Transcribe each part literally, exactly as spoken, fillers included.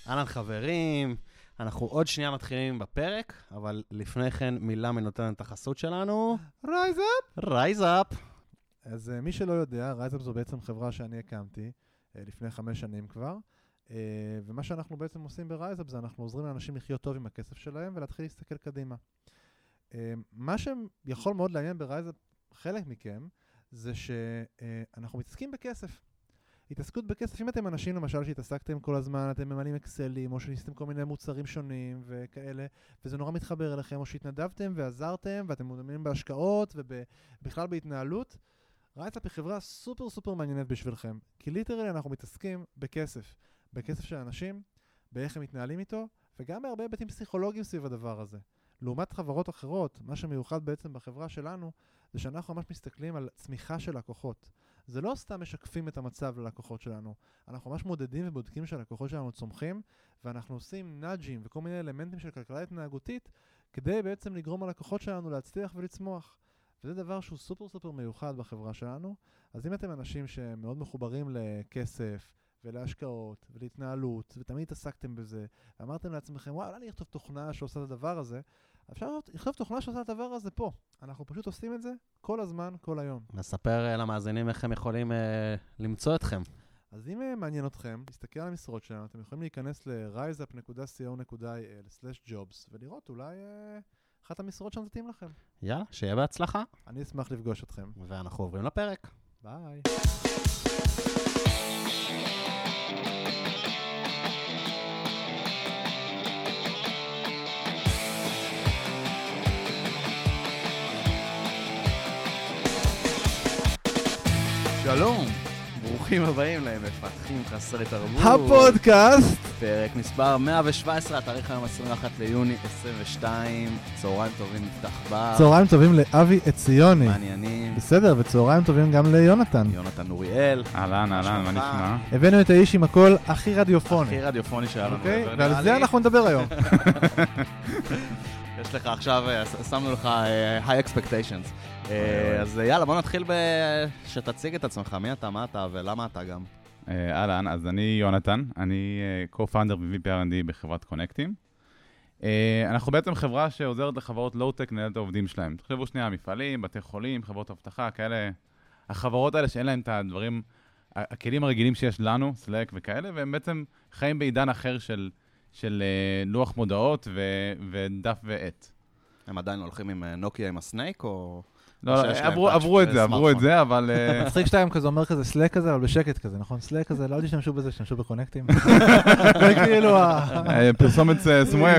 אהלן חברים, אנחנו עוד שנייה מתחילים בפרק, אבל לפני כן מילה מנותנת החסות שלנו. רייז אפ! רייז אפ! אז מי שלא יודע, רייז אפ זו בעצם חברה שאני הקמתי לפני חמש שנים כבר, ומה שאנחנו בעצם עושים ברייז אפ זה אנחנו עוזרים לאנשים לחיות טוב עם הכסף שלהם ולהתחיל להסתכל קדימה. מה שיכול מאוד לעניין ברייז אפ חלק מכם, זה שאנחנו מתעסקים בכסף. התעסקות בכסף, אם אתם אנשים למשל שהתעסקתם כל הזמן, אתם ממלאים אקסלים, או שניסתם כל מיני מוצרים שונים וכאלה, וזה נורא מתחבר אליכם, או שהתנדבתם ועזרתם, ואתם מודמים בהשקעות ובכלל בהתנהלות, רייז אפ היא חברה סופר סופר מעניינת בשבילכם. כי ליטרלי אנחנו מתעסקים בכסף, בכסף של אנשים, באיך הם מתנהלים איתו, וגם בהרבה היבטים פסיכולוגיים סביב הדבר הזה. לעומת חברות אחרות, מה שמיוחד בעצם בחברה שלנו, זה שאנחנו ממש מסתכלים על צמיחה של לקוחות. זה לא סתם משקפים את המצב ללקוחות שלנו. אנחנו ממש מודדים ובודקים שהלקוחות שלנו צומחים, ואנחנו עושים נאג'ים וכל מיני אלמנטים של כלכלה התנהגותית, כדי בעצם לגרום ללקוחות שלנו להצליח ולצמוח. וזה דבר שהוא סופר סופר מיוחד בחברה שלנו. אז אם אתם אנשים שמאוד מחוברים לכסף, ולהשקעות, ולהתנהלות, ותמיד התעסקתם בזה, ואמרתם לעצמכם, וואו, אני אכתוב תוכנה שעושה את הדבר הזה, אפשר לכתוב תוכנה שעושה את הדבר הזה פה. אנחנו פשוט עושים את זה כל הזמן, כל היום. נספר למאזינים איך הם יכולים אה, למצוא אתכם. אז אם מעניין אתכם, תסתכל על המשרות שלנו, אתם יכולים להיכנס ל-רייז אפ נקודה סי או נקודה איי אל סלש ג'ובס, ולראות אולי אה, אחת המשרות שם תתאים לכם. יאללה, שיהיה בהצלחה. אני אשמח לפגוש אתכם. ואנחנו עוברים לפרק. ביי. שלום, ברוכים הבאים למפתחים חסרי תרבות. הפודקאסט! פרק מספר מאה שבע עשרה, התאריך היום עשרים ואחד ליוני עשרים ושתיים. צהריים טובים, נפתח בר. צהריים טובים לאבי עציוני. מעניינים. בסדר, וצהריים טובים גם ליונתן. יונתן אוריאל. אהלן, אהלן, מה נשמע? הבאנו את האיש עם הקול הכי רדיופוני. הכי רדיופוני שהיה לנו. אוקיי, ועל זה אנחנו נדבר היום. יש לך עכשיו, שמנו לך high expectations. אז יאללה, בוא נתחיל שתציג את עצמך, מי אתה, מה אתה ולמה אתה גם. אהלן, אז אני יונתן, אני co-founder ו-וי פי אר אנד די בחברת קונקטים. אנחנו בעצם חברה שעוזרת לחברות לואו-טק לנהל את העובדים שלהם. תחשבו שנייה, מפעלים, בתי חולים, חברות אבטחה, כאלה, החברות האלה שאין להם את הדברים, הכלים הרגילים שיש לנו, סלאק וכאלה, והם בעצם חיים בעידן אחר של, של לוח מודעות ו- ודף ועט. הם עדיין הולכים עם נוקיה עם הסנייק או... לא, עברו, עברו את זה, עברו את זה, אבל... מצחיק שתיים כזה אומר כזה סלאק כזה, אבל בשקט כזה, נכון? סלאק כזה, לא תשתמשו בזה, תשתמשו בקונקטים. וכאילו... פרסומת סמויה.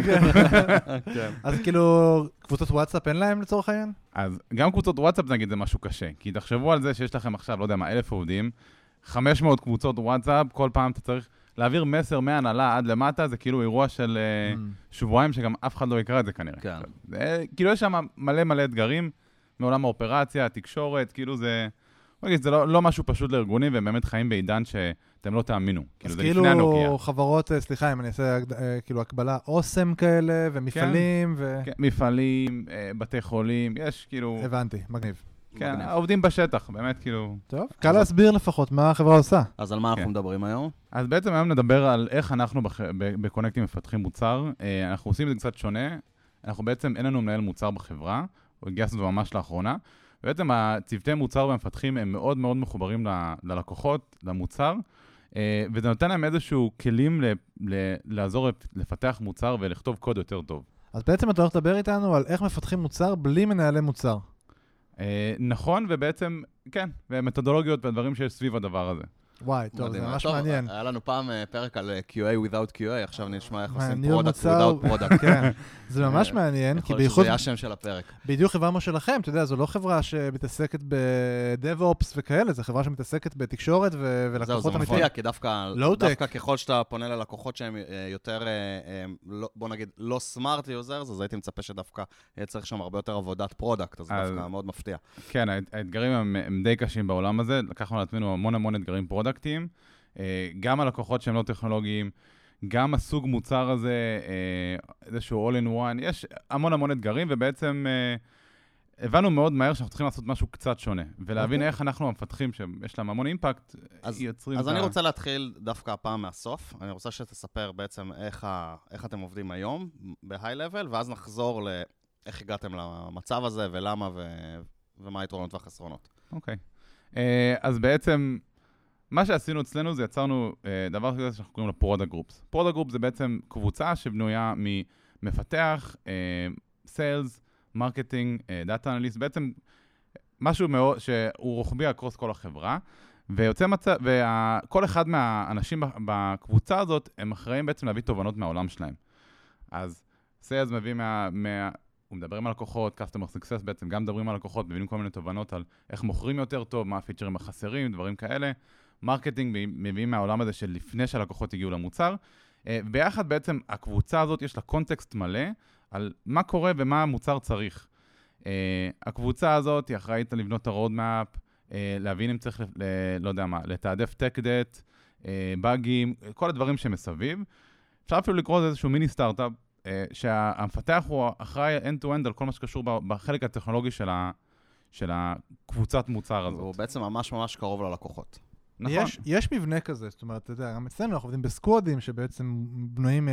אז כאילו, קבוצות וואטסאפ אין להם לצורך העניין? אז גם קבוצות וואטסאפ נגיד זה משהו קשה, כי תחשבו על זה שיש לכם עכשיו, לא יודע מה, אלף עובדים, חמש מאות קבוצות וואטסאפ, כל פעם אתה צריך להעביר מסר מהנהלה עד למטה, זה כאילו אירוע של שבועיים שגם אף אחד לא יקרא את זה כנראה. כאילו יש שם מלא מלא אתגרים, מעולם האופרציה, התקשורת, כאילו זה... זה לא, לא משהו פשוט לארגונים, והם באמת חיים בעידן שאתם לא תאמינו. אז כאילו חברות, סליחה, אם אני אעשה כאילו הקבלה, אוסם כאלה, ומפעלים, ו... כן, מפעלים, בתי חולים, יש כאילו... הבנתי, מגניב. כן, העובדים בשטח, באמת כאילו... טוב, קל להסביר לפחות מה החברה עושה. אז על מה אנחנו מדברים היום? אז בעצם היום נדבר על איך אנחנו בקונקטים מפתחים מוצר. אנחנו עושים את זה קצת שונה. אנחנו בעצם, אין לנו מנהל מוצר בחברה, או הגייסנו אותו ממש לאחרונה, ובעצם הצוותי מוצר והמפתחים הם מאוד מאוד מחוברים ל- ללקוחות, למוצר, וזה נותן להם איזשהו כלים ל- ל- לעזור לפתח מוצר ולכתוב קוד יותר טוב. אז בעצם אתה הולך לדבר איתנו על איך מפתחים מוצר בלי מנהלי מוצר. נכון, ובעצם, כן, ומתודולוגיות והדברים שיש סביב הדבר הזה. וואי, טוב, זה ממש מעניין. היה לנו פעם פרק על קיו איי without קיו איי, עכשיו נשמע איך עושים product without product. כן, זה ממש מעניין. יכול להיות שזה היה השם של הפרק. בדיוק חברה שלכם, אתה יודע, זו לא חברה שמתעסקת ב-DevOps וכאלה, זו חברה שמתעסקת בתקשורת ולקוחות אמיתיים. זה מפתיע, כי דווקא ככל שאתה פונה ללקוחות שהם יותר, בוא נגיד, לא smart users, אז הייתי מצפה שדווקא צריך שם הרבה יותר עבודת פרודקט, אז דווקא מאוד מפתיע. כן, האתגרים הם די קשים בעולם הזה, לקחנו לעצמנו המון המון אתגרים פרודקטים, גם הלקוחות שהם לא טכנולוגיים, גם הסוג מוצר הזה, איזשהו all in one, יש המון המון אתגרים, ובעצם הבנו מאוד מהר שאנחנו צריכים לעשות משהו קצת שונה, ולהבין איך אנחנו המפתחים שיש להם המון אימפקט, יוצרים... אז אני רוצה להתחיל דווקא הפעם מהסוף. אני רוצה שתספר בעצם איך אתם עובדים היום, בהיי-לבל, ואז נחזור לאיך הגעתם למצב הזה, ולמה ומה היתרונות והחסרונות. אוקיי. אז בעצם, מה שעשינו אצלנו זה יצרנו דבר כזה שאנחנו קוראים לו פרודקט גרופס. פרודקט גרופס זה בעצם קבוצה שבנויה ממפתח, סיילס, מרקטינג, דאטה אנליסט, בעצם משהו מאוד שהוא רוחבי אקרוס כל החברה, ויוצא מצב, וכל אחד מהאנשים בקבוצה הזאת, הם אחראים בעצם להביא תובנות מהעולם שלהם. אז סיילס מביא מה... מה הוא מדברים על לקוחות, Customer Success בעצם, גם מדברים על לקוחות, מבינים כל מיני תובנות על איך מוכרים יותר טוב, מה הפיצ'רים החסרים, דברים כאלה. מרקטינג מביאים מהעולם הזה של לפני שהלקוחות הגיעו למוצר. ביחד בעצם הקבוצה הזאת יש לה קונטקסט מלא על מה קורה ומה המוצר צריך. הקבוצה הזאת היא אחראית לבנות את הרודמאפ, להבין אם צריך, לא יודע מה, לתעדף tech debt, באגים, כל הדברים שמסביב. אפשר אפילו לקרוא לזה איזשהו מיני סטארט-אפ, שהמפתח הוא אחראי end-to-end על כל מה שקשור בחלק הטכנולוגי של, ה, של הקבוצת מוצר הזאת. הוא בעצם ממש ממש קרוב ללקוחות. נכון. יש, יש מבנה כזה, זאת אומרת, אתה יודע, גם אצלנו אנחנו עובדים בסקוואדים שבעצם בנויים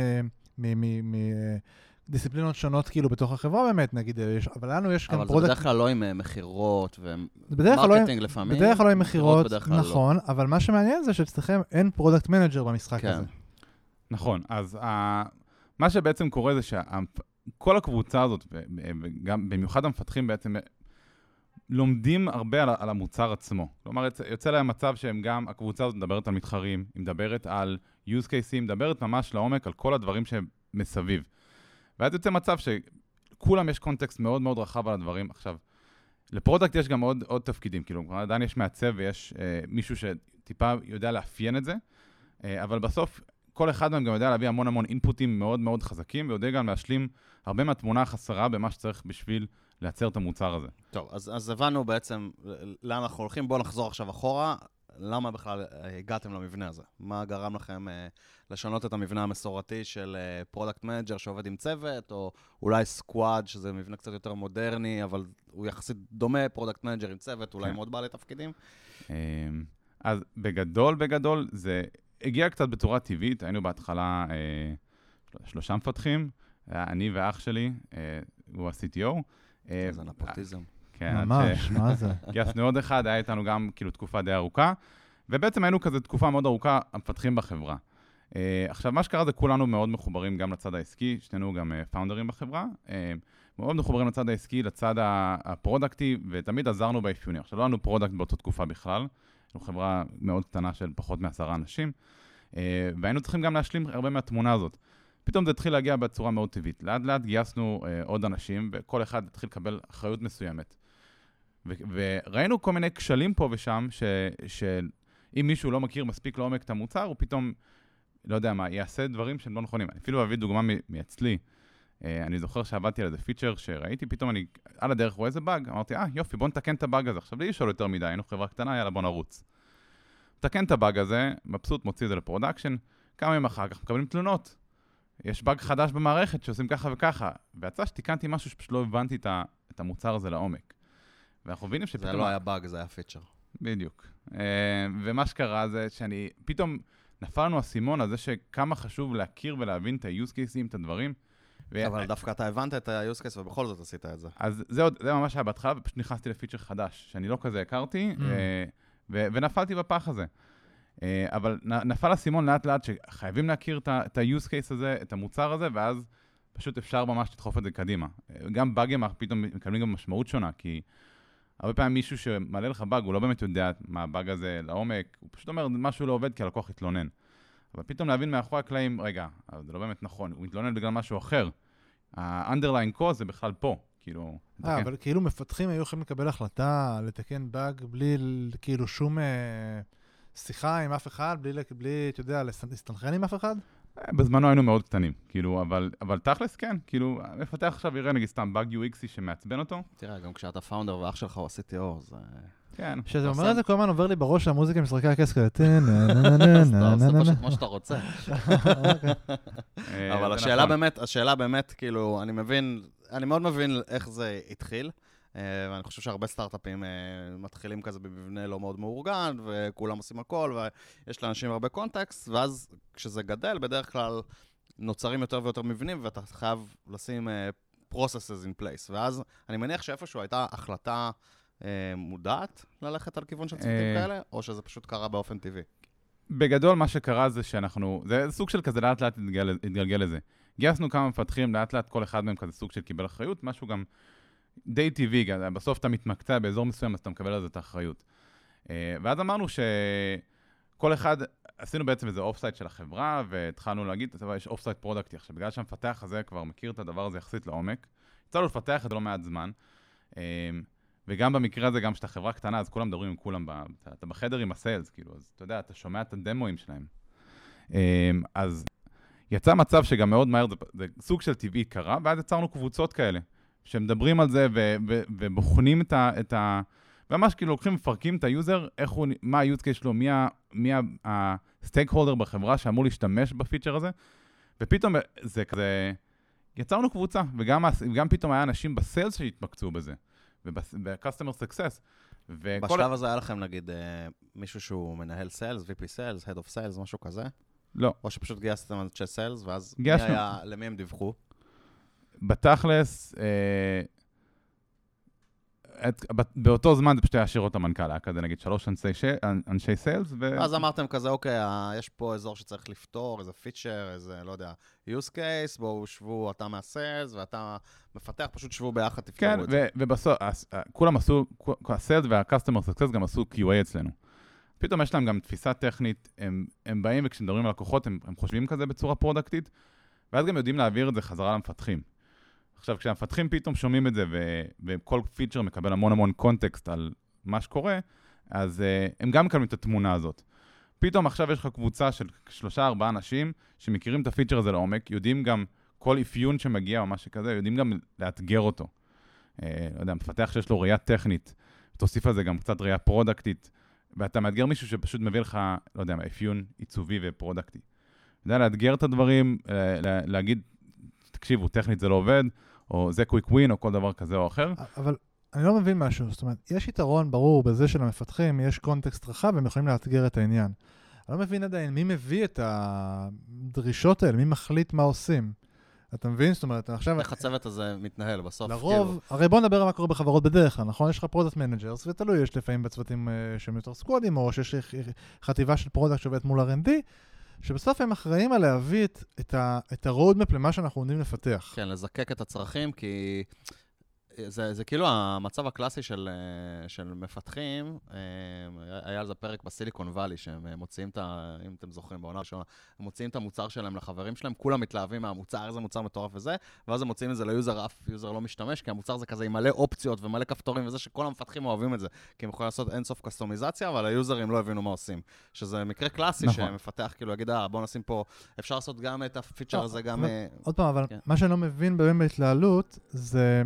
מדיסציפלינות שונות כאילו בתוך החברה באמת, נגיד, יש, אבל לנו יש גם פרודקט... אבל זה בדרך כלל לא עם מחירות ומרקטינג לפעמים. בדרך כלל לא עם מחירות, נכון, לא. אבל מה שמעניין זה שאצלכם אין פרודקט מנג'ר במשחק כן. הזה. נכון, אז ה... מה שבעצם קורה זה שכל הקבוצה הזאת, וגם במיוחד המפתחים בעצם, לומדים הרבה על, על המוצר עצמו. כלומר, יוצא להם מצב שהם גם, הקבוצה הזאת מדברת על מתחרים, היא מדברת על use cases, מדברת ממש לעומק על כל הדברים שמסביב. ואז יוצא מצב שכולם יש קונטקסט מאוד מאוד רחב על הדברים. עכשיו, לפרודקט יש גם עוד, עוד תפקידים, כאילו, עדיין יש מעצב ויש אה, מישהו שטיפה יודע לאפיין את זה, אה, אבל בסוף, כל אחד מהם גם יודע להביא המון המון אינפוטים מאוד מאוד חזקים, ויודע גם להשלים הרבה מהתמונה החסרה במה שצריך בשביל לייצר את המוצר הזה. טוב, אז, אז הבנו בעצם לאן אנחנו הולכים. בואו נחזור עכשיו אחורה. למה בכלל הגעתם למבנה הזה? מה גרם לכם אה, לשנות את המבנה המסורתי של פרודקט אה, מנג'ר שעובד עם צוות, או אולי סקוואד, שזה מבנה קצת יותר מודרני, אבל הוא יחסית דומה, פרודקט מנג'ר עם צוות, אולי עם עוד בעלי תפקידים? אז בגדול, בגדול, זה הגיע קצת בצורה טבעית. היינו בהתחלה אה, שלושה מפתחים, אני ואח שלי, אה, הוא ה-סי טי או. זה נפוטיזם. כן, ממש, מה זה? גייסנו עוד אחד, היה איתנו גם כאילו תקופה די ארוכה, ובעצם היינו כזה תקופה מאוד ארוכה המפתחים בחברה. Uh, עכשיו, מה שקרה זה כולנו מאוד מחוברים גם לצד העסקי, שנינו גם uh, פאונדרים בחברה, uh, מאוד מחוברים לצד העסקי, לצד הפרודקטי, ותמיד עזרנו באפיונים. עכשיו, לא היינו פרודקט באותה תקופה בכלל, היינו חברה מאוד קטנה של פחות מעשרה אנשים, uh, והיינו צריכים גם להשלים הרבה מהתמונה הזאת. פתאום זה התחיל להגיע בצורה מאוד טבעית. לאט לאט גייסנו uh, עוד אנשים, וכל אחד התחיל לקבל אחריות מסוימת. וראינו כל מיני כשלים פה ושם, שאם מישהו לא מכיר מספיק לעומק את המוצר, הוא פתאום, לא יודע מה, יעשה דברים שהם לא נכונים. אפילו אביא דוגמה מאצלי, אני זוכר שעבדתי על איזה פיצ'ר שראיתי, פתאום אני על הדרך רואה איזה באג, אמרתי, אה, יופי, בוא נתקן את הבאג הזה. עכשיו, לי יש לו יותר מדי, היינו חברה קטנה, יאללה, בוא נרוץ. נתקן את הבאג הזה, מבסוט, מוציא את זה לפרודקשן, כמה ימים אחר כך מקבלים תלונות. יש באג חדש במערכת שעושים ככה וככה, והצעה שתיקנתי משהו שפשוט לא הבנתי את המוצר הזה לעומק. ואנחנו מבינים שפתאום... זה לא היה באג, זה היה פיצ'ר. בדיוק. ומה שקרה זה שאני, פתאום נפלנו הסימון על זה שכמה חשוב להכיר ולהבין את ה-use cases, את הדברים. אבל דווקא אתה הבנת את ה-use case ובכל זאת עשית את זה. אז זה ממש היה בהתחלה, ופשוט נכנסתי לפיצ'ר חדש, שאני לא כזה הכרתי, ונפלתי בפח הזה. אבל נפל הסימון לאט לאט שחייבים להכיר את ה-use case הזה, את המוצר הזה, ואז פשוט אפשר ממש לדחוף את זה קדימה. גם באגים פתאום מקבלים גם משמעות שונה, כי הרבה פעמים מישהו שמעלה לך באג, הוא לא באמת יודע מה הבאג הזה לעומק, הוא פשוט אומר משהו לא עובד כי הלקוח התלונן. אבל פתאום להבין מאחורי הקלעים, רגע, זה לא באמת נכון, הוא מתלונן בגלל משהו אחר. ה-underline cause זה בכלל פה, כאילו... אה, אבל כאילו מפתחים היו יכולים לקבל החלטה לתקן באג בלי כאילו שום שיחה עם אף אחד, בלי, אתה יודע, להסתנכרן עם אף אחד? בזמנו היינו מאוד קטנים, כאילו, אבל, אבל תכלס כן, כאילו, מפתח עכשיו יראה נגיד סתם באג יו אקס שמעצבן אותו. תראה, גם כשאתה פאונדר ואח שלך הוא ה-סי טי או, זה... כן. כשאתה אומר את זה, כל הזמן עובר לי בראש המוזיקה משחקי הכס כזה, אז אתה עושה פשוט כמו שאתה רוצה. אבל השאלה באמת, השאלה באמת, כאילו, אני מבין, אני מאוד מבין איך זה התחיל. ואני חושב שהרבה סטארט-אפים מתחילים כזה במבנה לא מאוד מאורגן, וכולם עושים הכל, ויש לאנשים הרבה קונטקסט, ואז כשזה גדל, בדרך כלל נוצרים יותר ויותר מבנים, ואתה חייב לשים processes in place. ואז אני מניח שאיפשהו הייתה החלטה מודעת ללכת על כיוון של צוותים כאלה, או שזה פשוט קרה באופן טבעי? בגדול מה שקרה זה שאנחנו, זה סוג של כזה לאט לאט התגלגל לזה. גייסנו כמה מפתחים, לאט לאט כל אחד מהם כזה סוג של קיבל אחריות, משהו גם די טבעי, בסוף אתה מתמקצע באזור מסוים, אז אתה מקבל על זה את האחריות. ואז אמרנו שכל אחד, עשינו בעצם איזה אוף-סייט של החברה, והתחלנו להגיד, יש אוף-סייט פרודקטי. עכשיו, בגלל שהמפתח הזה כבר מכיר את הדבר הזה יחסית לעומק, יצאנו לפתח את זה לא מעט זמן, וגם במקרה הזה, גם שאתה חברה קטנה, אז כולם מדברים עם כולם, אתה בחדר עם הסיילס, כאילו, אז אתה יודע, אתה שומע את הדמואים שלהם. אז יצא מצב שגם מאוד מהר, זה, זה סוג של טבעי קרה, ואז יצרנו קבוצות כאלה, שמדברים על זה ו- ו- ובוחנים את ה... את ה- וממש כאילו לוקחים, מפרקים את היוזר, איך הוא, מה ה-use case שלו, מי ה- מי ה-stakeholder בחברה שאמור להשתמש בפיצ'ר הזה, ופתאום זה כזה, יצרנו קבוצה, וגם, וגם פתאום היה אנשים בסיילס שהתמקצו בזה, וב-customer success. בשלב הזה היה לכם, נגיד, מישהו שהוא מנהל סיילס, וי פי סיילס, Head of Sales, משהו כזה? לא. או שפשוט גייסתם אנשי סיילס, ואז מי היה, למי הם דיווחו? בתכלס, אה, את, באותו זמן זה פשוט היה שירות המנכ"ל, היה כזה נגיד שלוש אנשי, אנשי סיילס. ו... אז אמרתם כזה, אוקיי, יש פה אזור שצריך לפתור, איזה פיצ'ר, איזה, לא יודע, use case, בואו שבו אתה מהסיילס, ואתה מפתח, פשוט שבו ביחד, תפתרו כן, את זה. כן, ובסוף, כולם עשו, הסיילס וה-customer success גם עשו קיו איי אצלנו. פתאום יש להם גם תפיסה טכנית, הם, הם באים וכשמדברים על לקוחות, הם, הם חושבים כזה בצורה פרודקטית, ואז גם יודעים להעביר את זה חזרה למפתחים. עכשיו, כשהמפתחים פתאום שומעים את זה, ו- וכל פיצ'ר מקבל המון המון קונטקסט על מה שקורה, אז uh, הם גם מקבלים את התמונה הזאת. פתאום עכשיו יש לך קבוצה של שלושה, ארבעה אנשים, שמכירים את הפיצ'ר הזה לעומק, יודעים גם כל אפיון שמגיע או משהו כזה, יודעים גם לאתגר אותו. Uh, לא יודע, מפתח שיש לו ראייה טכנית, תוסיף על זה גם קצת ראייה פרודקטית, ואתה מאתגר מישהו שפשוט מביא לך, לא יודע, אפיון עיצובי ופרודקטי. אתה יודע, לאתגר את הדברים, לה, להגיד, תקשיבו, טכנית זה לא עובד, או זה קוויק ווין, או כל דבר כזה או אחר. אבל אני לא מבין משהו, זאת אומרת, יש יתרון ברור בזה של המפתחים, יש קונטקסט רחב, והם יכולים לאתגר את העניין. אני לא מבין עדיין מי מביא את הדרישות האלה, מי מחליט מה עושים. אתה מבין? זאת אומרת, עכשיו... איך הצוות הזה מתנהל בסוף? לרוב, כאילו... הרי בוא נדבר על מה קורה בחברות בדרך כלל, נכון? יש לך פרודקט מנג'רס, ותלוי, יש לפעמים בצוותים שהם יותר סקוואדים, או שיש חטיבה של פרודקט שעובדת מול אר אנד די, שבסוף הם אחראים על להביא את, את, ה, את הרודמפ למה שאנחנו עומדים לפתח. כן, לזקק את הצרכים, כי זה, זה כאילו המצב הקלאסי של, של מפתחים, היה על זה פרק בסיליקון ואלי, שהם מוציאים את ה... אם אתם זוכרים בעונה ראשונה, הם מוציאים את המוצר שלהם לחברים שלהם, כולם מתלהבים מהמוצר, איזה מוצר מטורף וזה, ואז הם מוציאים את זה ליוזר, אף יוזר לא משתמש, כי המוצר זה כזה עם מלא אופציות ומלא כפתורים וזה, שכל המפתחים אוהבים את זה, כי הם יכולים לעשות אינסוף קסטומיזציה, אבל היוזרים לא הבינו מה עושים. שזה מקרה קלאסי נכון. שמפתח כאילו יגיד, אה, בוא נשים פה, אפשר לעשות גם את הפיצ'ר הזה, גם... אבל, עוד פעם, אבל כן. מה שאני לא מבין באמת בהתלהלות, זה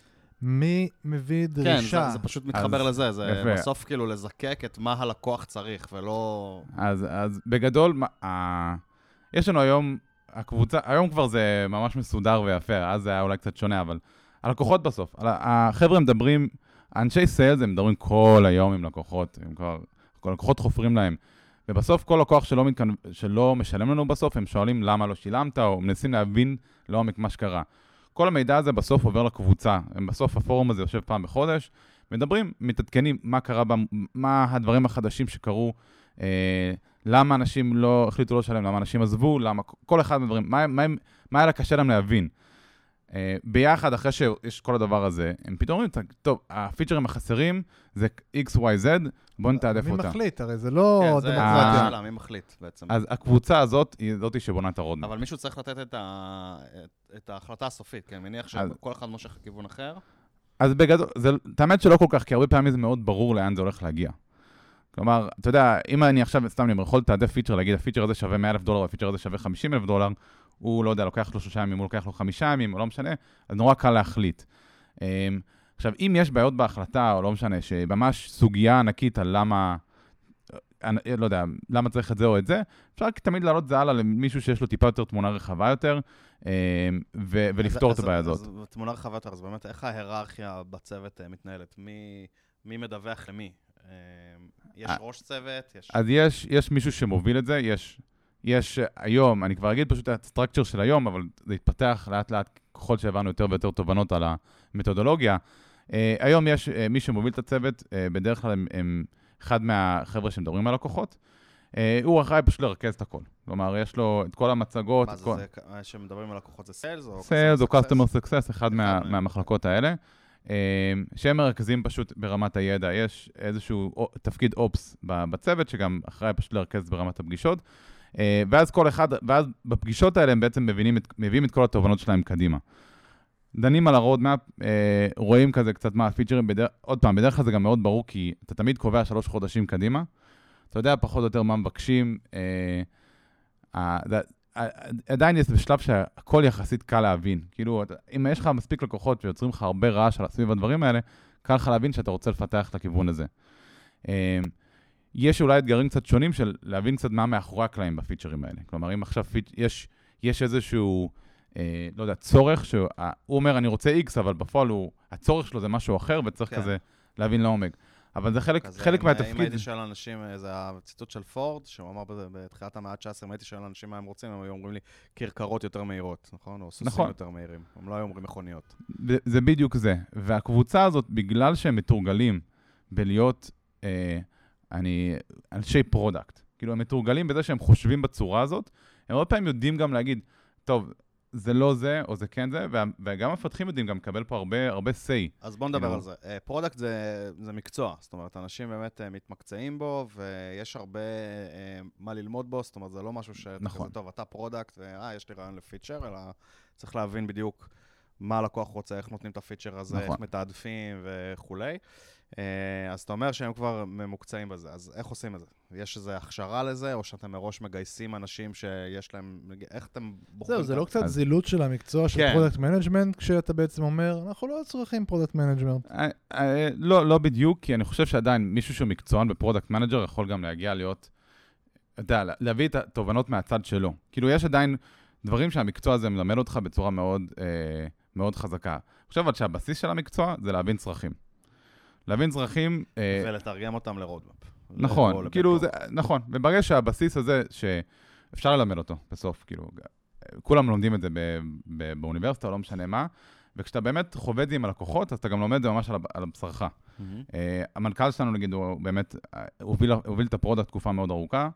מי מביא דרישה. כן, זה, זה פשוט מתחבר אז, לזה, זה יפה. בסוף כאילו לזקק את מה הלקוח צריך, ולא... אז, אז בגדול, מה, ה... יש לנו היום, הקבוצה, היום כבר זה ממש מסודר ויפה, אז זה היה אולי קצת שונה, אבל הלקוחות בסוף, החבר'ה מדברים, אנשי סיילס הם מדברים כל היום עם לקוחות, הם כבר, כל לקוחות חופרים להם, ובסוף כל לקוח שלא, מתכנ... שלא משלם לנו בסוף, הם שואלים למה לא שילמת, או מנסים להבין לעומק מה שקרה. כל המידע הזה בסוף עובר לקבוצה, הם בסוף הפורום הזה יושב פעם בחודש, מדברים, מתעדכנים מה קרה, מה הדברים החדשים שקרו, אה, למה אנשים לא החליטו לא לשלם, למה אנשים עזבו, למה, כל אחד מהדברים, מה, מה, מה היה לה קשה להם להבין. אה, ביחד, אחרי שיש כל הדבר הזה, הם פתאום אומרים, טוב, הפיצ'רים החסרים זה אקס וואי זד, בוא נתעדף אותה. מי מחליט? הרי זה לא כן, דמוקרטיה. זה השאלה, מי מחליט בעצם. אז הקבוצה הזאת היא זאת שבונה את הרודמפ. אבל מישהו צריך לתת את, ה... את ההחלטה הסופית, כי אני מניח שכל אחד מושך לכיוון אחר. אז בגדול, זה, תאמת שלא כל כך, כי הרבה פעמים זה מאוד ברור לאן זה הולך להגיע. כלומר, אתה יודע, אם אני עכשיו, סתם אני יכול לתעדף פיצ'ר, להגיד, הפיצ'ר הזה שווה מאה אלף דולר, הפיצ'ר הזה שווה חמישים אלף דולר, הוא לא יודע, לוקח לו שלושה ימים, הוא לוקח לו חמישה ימים, או לא משנה, אז נורא קל להחליט. עכשיו, אם יש בעיות בהחלטה, או לא משנה, שממש סוגיה ענקית על למה, אני לא יודע, למה צריך את זה או את זה, אפשר תמיד לעלות זה הלאה למישהו שיש לו טיפה יותר תמונה רחבה יותר, ו- ולפתור את הבעיה הזאת. אז תמונה רחבה יותר, אז באמת איך ההיררכיה בצוות מתנהלת? מי, מי מדווח למי? יש ראש צוות? יש... אז יש, יש מישהו שמוביל את זה, יש, יש היום, אני כבר אגיד פשוט את הסטרקצ'ר של היום, אבל זה יתפתח לאט לאט ככל שהבנו יותר ויותר תובנות על המתודולוגיה. Uh, היום יש uh, מי שמוביל את הצוות, uh, בדרך כלל הם, הם אחד מהחבר'ה שמדברים על לקוחות. Uh, הוא אחראי פשוט לרכז את הכל. כלומר, יש לו את כל המצגות. מה זה, כל... זה שמדברים על לקוחות זה סיילס או סיילס או customer success, אחד מה, מהמחלקות האלה. Uh, שהם מרכזים פשוט ברמת הידע. יש איזשהו או, תפקיד אופס בצוות, שגם אחראי פשוט לרכז ברמת הפגישות. Uh, ואז כל אחד, ואז בפגישות האלה הם בעצם מבינים את, מביאים את כל התובנות שלהם קדימה. דנים על הרודמאפ, אה, רואים כזה קצת מה הפיצ'רים, בדר... עוד פעם, בדרך כלל זה גם מאוד ברור, כי אתה תמיד קובע שלוש חודשים קדימה, אתה יודע פחות או יותר מה מבקשים, אה, אה, אה, עדיין יש בשלב שהכל יחסית קל להבין, כאילו, אם יש לך מספיק לקוחות ויוצרים לך הרבה רעש על סביב הדברים האלה, קל לך להבין שאתה רוצה לפתח את הכיוון הזה. אה, יש אולי אתגרים קצת שונים של להבין קצת מה מאחורי הקלעים בפיצ'רים האלה, כלומר, אם עכשיו פיצ'... יש, יש איזשהו... אה, לא יודע, צורך, שהוא אומר, אני רוצה X, אבל בפועל הוא, הצורך שלו זה משהו אחר, וצריך כזה להבין לעומק. אבל זה חלק, חלק מהתפקיד. אם הייתי שואל אנשים, זה הציטוט של פורד, שהוא אמר בתחילת המאה ה-תשע עשרה, אם הייתי שואל אנשים מה הם רוצים, הם היו אומרים לי, כרכרות יותר מהירות, נכון? או סוסים יותר מהירים. הם לא היו אומרים מכוניות. זה בדיוק זה. והקבוצה הזאת, בגלל שהם מתורגלים בלהיות, אני, אנשי פרודקט, כאילו הם מתורגלים בזה שהם חושבים בצורה הזאת, הם עוד פעם יודעים גם להגיד, טוב, זה לא זה, או זה כן זה, וגם המפתחים יודעים גם לקבל פה הרבה, הרבה say. אז בוא נדבר על זה. פרודקט זה, זה מקצוע, זאת אומרת, אנשים באמת מתמקצעים בו, ויש הרבה מה ללמוד בו, זאת אומרת, זה לא משהו שאתה כזה טוב, אתה פרודקט, ואה, יש לי רעיון לפיצ'ר, אלא צריך להבין בדיוק מה הלקוח רוצה, איך נותנים את הפיצ'ר הזה, איך מתעדפים וכולי. אז אתה אומר שהם כבר ממוקצעים בזה, אז איך עושים את זה? יש איזו הכשרה לזה, או שאתם מראש מגייסים אנשים שיש להם, איך אתם בוחרים? זהו, זה לא קצת זילות של המקצוע של פרודקט מנג'מנט, כשאתה בעצם אומר, אנחנו לא צריכים פרודקט מנג'מנט. לא, לא בדיוק, כי אני חושב שעדיין מישהו שהוא מקצוען בפרודקט מנג'ר יכול גם להגיע להיות, אתה יודע, להביא את התובנות מהצד שלו. כאילו, יש עדיין דברים שהמקצוע הזה מלמד אותך בצורה מאוד, מאוד חזקה. אני חושב אבל שהבסיס של המקצוע זה להבין צרכים. להבין צרכים... ולתרגם אותם לרודמאפ. נכון, כאילו זה, נכון. וברגע שהבסיס הזה, שאפשר ללמד אותו בסוף, כאילו, כולם לומדים את זה באוניברסיטה, לא משנה מה, וכשאתה באמת חווה את זה עם הלקוחות, אז אתה גם לומד את זה ממש על הבשרך. המנכ"ל שלנו, נגיד, הוא באמת, הוביל את הפרודקט תקופה מאוד ארוכה,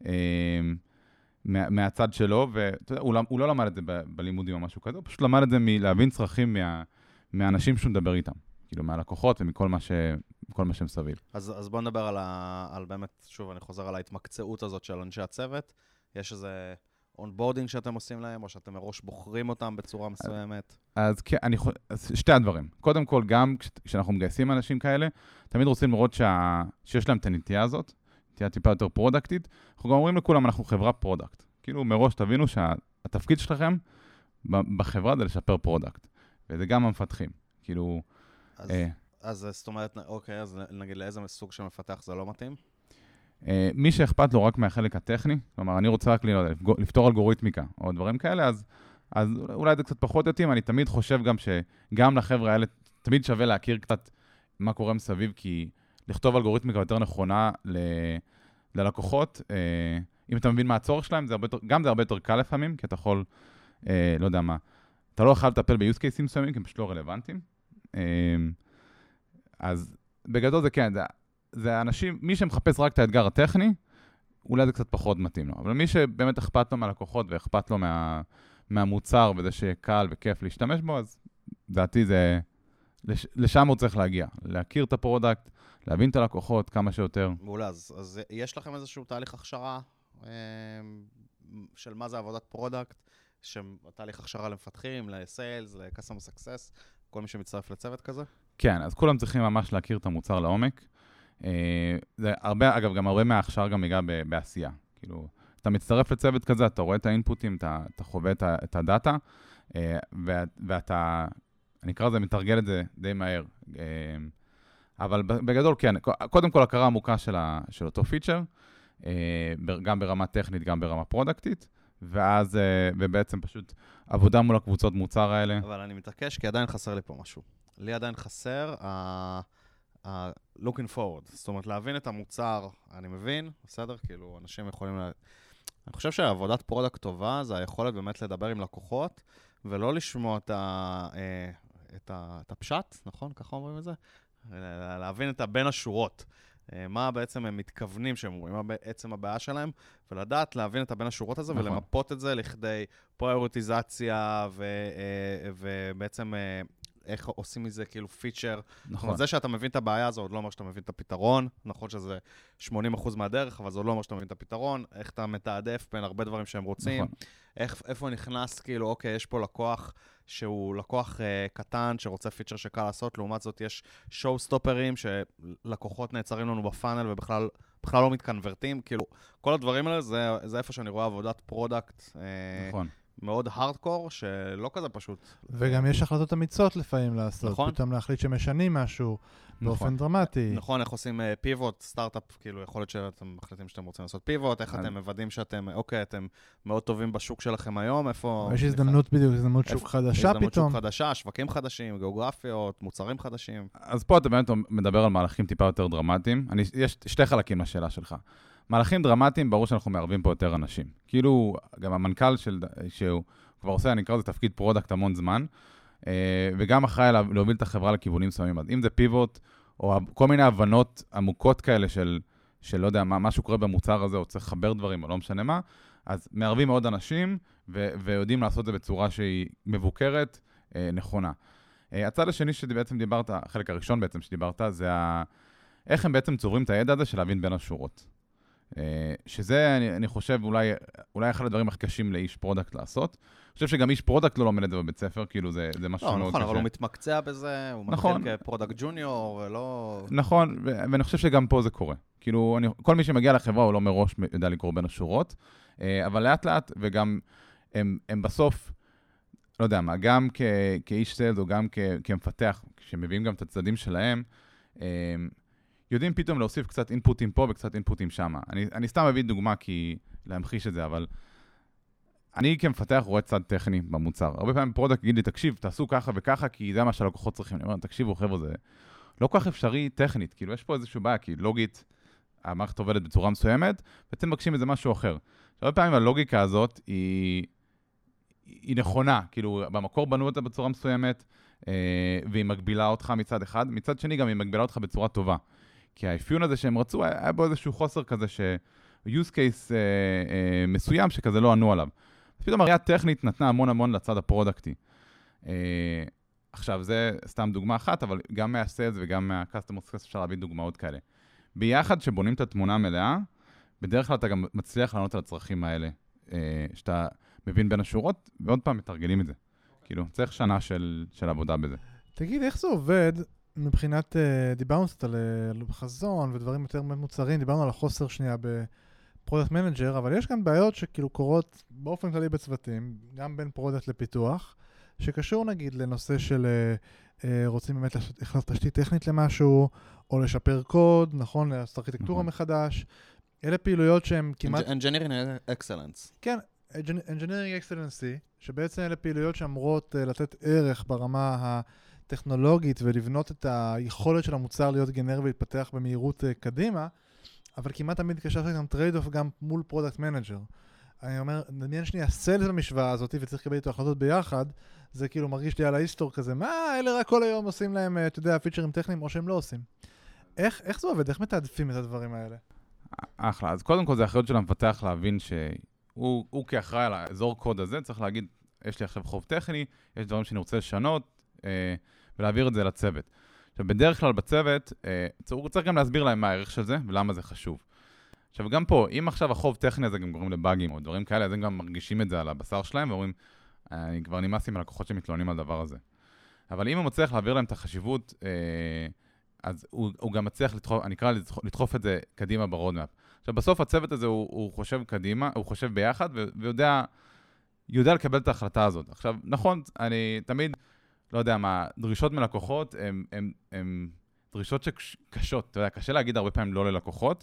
מהצד שלו, והוא לא למד את זה בלימודים או משהו כזה, הוא פשוט למד את זה מלהבין צרכים מהאנשים שהוא מדבר איתם. כאילו, מהלקוחות ומכל מה ש... כל מה שמסביב. אז, אז בוא נדבר על, ה... על באמת, שוב, אני חוזר על ההתמקצעות הזאת של אנשי הצוות. יש איזה אונבורדינג שאתם עושים להם, או שאתם מראש בוחרים אותם בצורה מסוימת? אז, אז, אני, אז שתי הדברים. קודם כל, גם כשאנחנו מגייסים אנשים כאלה, תמיד רוצים לראות שה... שיש להם את הנטייה הזאת, נטייה טיפה יותר פרודקטית. אנחנו גם אומרים לכולם, אנחנו חברה פרודקט. כאילו, מראש תבינו שהתפקיד שלכם בחברה זה לשפר פרודקט. וזה גם המפתחים. כאילו... אז, אה, אז זאת אומרת, אוקיי, אז נגיד לאיזה סוג של מפתח זה לא מתאים? אה, מי שאכפת לו רק מהחלק הטכני, כלומר, אני רוצה רק לפתור אלגוריתמיקה או דברים כאלה, אז, אז אולי זה קצת פחות יתאים. אני תמיד חושב גם שגם לחבר'ה האלה, תמיד שווה להכיר קצת מה קורה מסביב, כי לכתוב אלגוריתמיקה יותר נכונה ל, ללקוחות, אה, אם אתה מבין מה הצורך שלהם, זה הרבה יותר, גם זה הרבה יותר קל לפעמים, כי אתה יכול, אה, לא יודע מה, אתה לא חייב לטפל ב-use cases מסוימים, כי הם פשוט לא רלוונטיים. אז בגדול זה כן, זה, זה אנשים, מי שמחפש רק את האתגר הטכני, אולי זה קצת פחות מתאים לו, אבל מי שבאמת אכפת לו מהלקוחות ואכפת לו מה, מהמוצר וזה שקל וכיף להשתמש בו, אז דעתי זה, לש, לשם הוא צריך להגיע, להכיר את הפרודקט, להבין את הלקוחות כמה שיותר. מעולה, אז, אז יש לכם איזשהו תהליך הכשרה של מה זה עבודת פרודקט, שתהליך הכשרה למפתחים, לסיילס, ל-customer success, כל מי שמצטרף לצוות כזה? כן, אז כולם צריכים ממש להכיר את המוצר לעומק. זה הרבה, אגב, גם הרבה מההכשרה גם מגיע בעשייה. כאילו, אתה מצטרף לצוות כזה, אתה רואה את האינפוטים, אתה, אתה חווה את, את הדאטה, ואתה, אני אקרא לזה, מתרגל את זה די מהר. אבל בגדול, כן, קודם כל הכרה עמוקה של, ה, של אותו פיצ'ר, גם ברמה טכנית, גם ברמה פרודקטית, ואז, ובעצם פשוט עבודה מול הקבוצות מוצר האלה. אבל אני מתעקש, כי עדיין חסר לי פה משהו. לי עדיין חסר ה-looking forward. זאת אומרת, להבין את המוצר, אני מבין, בסדר? כאילו, אנשים יכולים... לה... אני חושב שעבודת פרודקט טובה, זה היכולת באמת לדבר עם לקוחות, ולא לשמוע את, ה... את, ה... את הפשט, נכון? ככה אומרים את זה? להבין את בין השורות. מה בעצם הם מתכוונים שהם אומרים, מה בעצם הבעיה שלהם, ולדעת להבין את הבין השורות הזה, נכון. ולמפות את זה לכדי פריוריטיזציה, ו, ובעצם איך עושים מזה כאילו פיצ'ר. נכון. זה שאתה מבין את הבעיה הזו, עוד לא אומר שאתה מבין את הפתרון, נכון שזה שמונים אחוז מהדרך, אבל זה עוד לא אומר שאתה מבין את הפתרון, איך אתה מתעדף בין הרבה דברים שהם רוצים, נכון. איך, איפה נכנס, כאילו, אוקיי, יש פה לקוח שהוא לקוח אה, קטן, שרוצה פיצ'ר שקל לעשות, לעומת זאת יש שואו סטופרים, שלקוחות נעצרים לנו בפאנל, ובכלל בכלל לא מתקנברטים, כאילו, כל הדברים האלה, זה, זה איפה שאני רואה עבודת פרודקט, אה, נכון. מאוד הארדקור, שלא כזה פשוט. וגם יש החלטות אמיצות לפעמים לעשות, נכון. פתאום להחליט שמשנים משהו באופן נכון. דרמטי. נכון, איך עושים פיבוט, סטארט-אפ, כאילו יכול להיות שאתם מחליטים שאתם רוצים לעשות פיבוט, איך אתם מוודאים שאתם, אוקיי, אתם מאוד טובים בשוק שלכם היום, איפה... יש הזדמנות בדיוק, הזדמנות שוק חדשה פתאום. הזדמנות שוק חדשה, שווקים חדשים, גיאוגרפיות, מוצרים חדשים. אז פה אתה באמת מדבר על מהלכים טיפה יותר דרמטיים. אני, יש שתי חלקים לשאלה שלך. מהלכים דרמטיים, ברור שאנחנו מערבים פה יותר אנשים. כאילו, גם המנכ"ל של, שהוא כבר עושה, אני אקרא לזה תפקיד פרודקט המון זמן, וגם אחראי להוביל את החברה לכיוונים מסוימים. אז אם זה פיבוט, או כל מיני הבנות עמוקות כאלה של, של לא יודע, מה, משהו קורה במוצר הזה, או צריך לחבר דברים, או לא משנה מה, אז מערבים מאוד אנשים, ו- ויודעים לעשות את זה בצורה שהיא מבוקרת, נכונה. הצד השני שבעצם דיברת, החלק הראשון בעצם שדיברת, זה ה... איך הם בעצם צוברים את הידע הזה של להבין בין השורות. שזה, אני, אני חושב, אולי, אולי אחד הדברים הכי קשים לאיש פרודקט לעשות. אני חושב שגם איש פרודקט לא לומד את זה בבית ספר, כאילו זה, זה משהו לא, מאוד נכון, קשה. אבל הוא מתמקצע בזה, הוא נכון. מתחיל כפרודקט ג'וניור, ולא... נכון, ו- ואני חושב שגם פה זה קורה. כאילו, אני, כל מי שמגיע לחברה הוא לא מראש יודע לקרוא בין השורות, אבל לאט לאט, וגם הם, הם בסוף, לא יודע מה, גם כ- כאיש סיילס או גם כ- כמפתח, כשמביאים גם את הצדדים שלהם, יודעים פתאום להוסיף קצת אינפוטים פה וקצת אינפוטים שם. אני, אני סתם מביא דוגמה כי להמחיש את זה, אבל אני כמפתח רואה צד טכני במוצר. הרבה פעמים פרודקט יגיד לי, תקשיב, תעשו ככה וככה, כי זה מה שהלקוחות צריכים. אני אומר, תקשיבו, חבר'ה, זה לא כל כך אפשרי טכנית. כאילו, יש פה איזשהו בעיה, כי לוגית, המערכת עובדת בצורה מסוימת, ואתם מבקשים איזה משהו אחר. הרבה פעמים הלוגיקה הזאת היא, היא נכונה. כאילו, במקור בנו אותה בצורה מסוימת, והיא מגבילה אותך מצד אחד. מצד שני, גם היא מגבילה אותך בצורה טובה. כי האפיון הזה שהם רצו, היה בו איזשהו חוסר כזה ש-use case אה, אה, מסוים שכזה לא ענו עליו. אז פתאום הראייה הטכנית נתנה המון המון לצד הפרודקטי. אה, עכשיו, זה סתם דוגמה אחת, אבל גם מה-sales וגם מה-customer success אפשר להביא דוגמאות כאלה. ביחד שבונים את התמונה המלאה, בדרך כלל אתה גם מצליח לענות על הצרכים האלה, אה, שאתה מבין בין השורות, ועוד פעם מתרגלים את זה. Okay. כאילו, צריך שנה של, של עבודה בזה. תגיד, איך זה עובד? מבחינת, דיברנו קצת על חזון ודברים יותר מוצרים, דיברנו על החוסר שנייה בפרודקט מנג'ר, אבל יש כאן בעיות שכאילו קורות באופן כללי בצוותים, גם בין פרודקט לפיתוח, שקשור נגיד לנושא של רוצים באמת לכנס תשתית טכנית למשהו, או לשפר קוד, נכון, לעשות ארכיטקטורה מחדש. אלה פעילויות שהן כמעט... Engineering Excellence. כן, Engineering Excellence, שבעצם אלה פעילויות שאמורות לתת ערך ברמה ה... טכנולוגית ולבנות את היכולת של המוצר להיות גנרי ולהתפתח במהירות uh, קדימה, אבל כמעט תמיד קשר גם טרייד-אוף גם מול פרודקט מנג'ר. אני אומר, נדמיין שנייה, סלס במשוואה הזאת וצריך לקבל איתו החלטות ביחד, זה כאילו מרגיש לי על ההיסטור כזה, מה, אלה רק כל היום עושים להם, אתה יודע, פיצ'רים טכניים או שהם לא עושים. איך, איך זה עובד? איך מתעדפים את הדברים האלה? אחלה, אז קודם כל זה אחריות של המפתח להבין שהוא הוא כאחראי על האזור קוד הזה, צריך להגיד, יש לי עכשיו חוב טכני, יש דברים שאני רוצה לשנות, אה, ולהעביר את זה לצוות. עכשיו, בדרך כלל בצוות, הוא צריך גם להסביר להם מה הערך של זה, ולמה זה חשוב. עכשיו, גם פה, אם עכשיו החוב טכני הזה גם גורם לבאגים, או דברים כאלה, אז הם גם מרגישים את זה על הבשר שלהם, ואומרים, אני כבר נמאס עם הלקוחות שמתלוננים על הדבר הזה. אבל אם הוא מצליח להעביר להם את החשיבות, אז הוא, הוא גם מצליח לדחוף, אני אקרא לדחוף את זה קדימה ברודמאפ. עכשיו, בסוף הצוות הזה, הוא, הוא חושב קדימה, הוא חושב ביחד, ויודע, יודע לקבל את ההחלטה הזאת. עכשיו, נכון, אני תמיד, לא יודע מה, דרישות מלקוחות, הם, הם, הם דרישות שקשות. אתה יודע, קשה להגיד הרבה פעמים לא ללקוחות,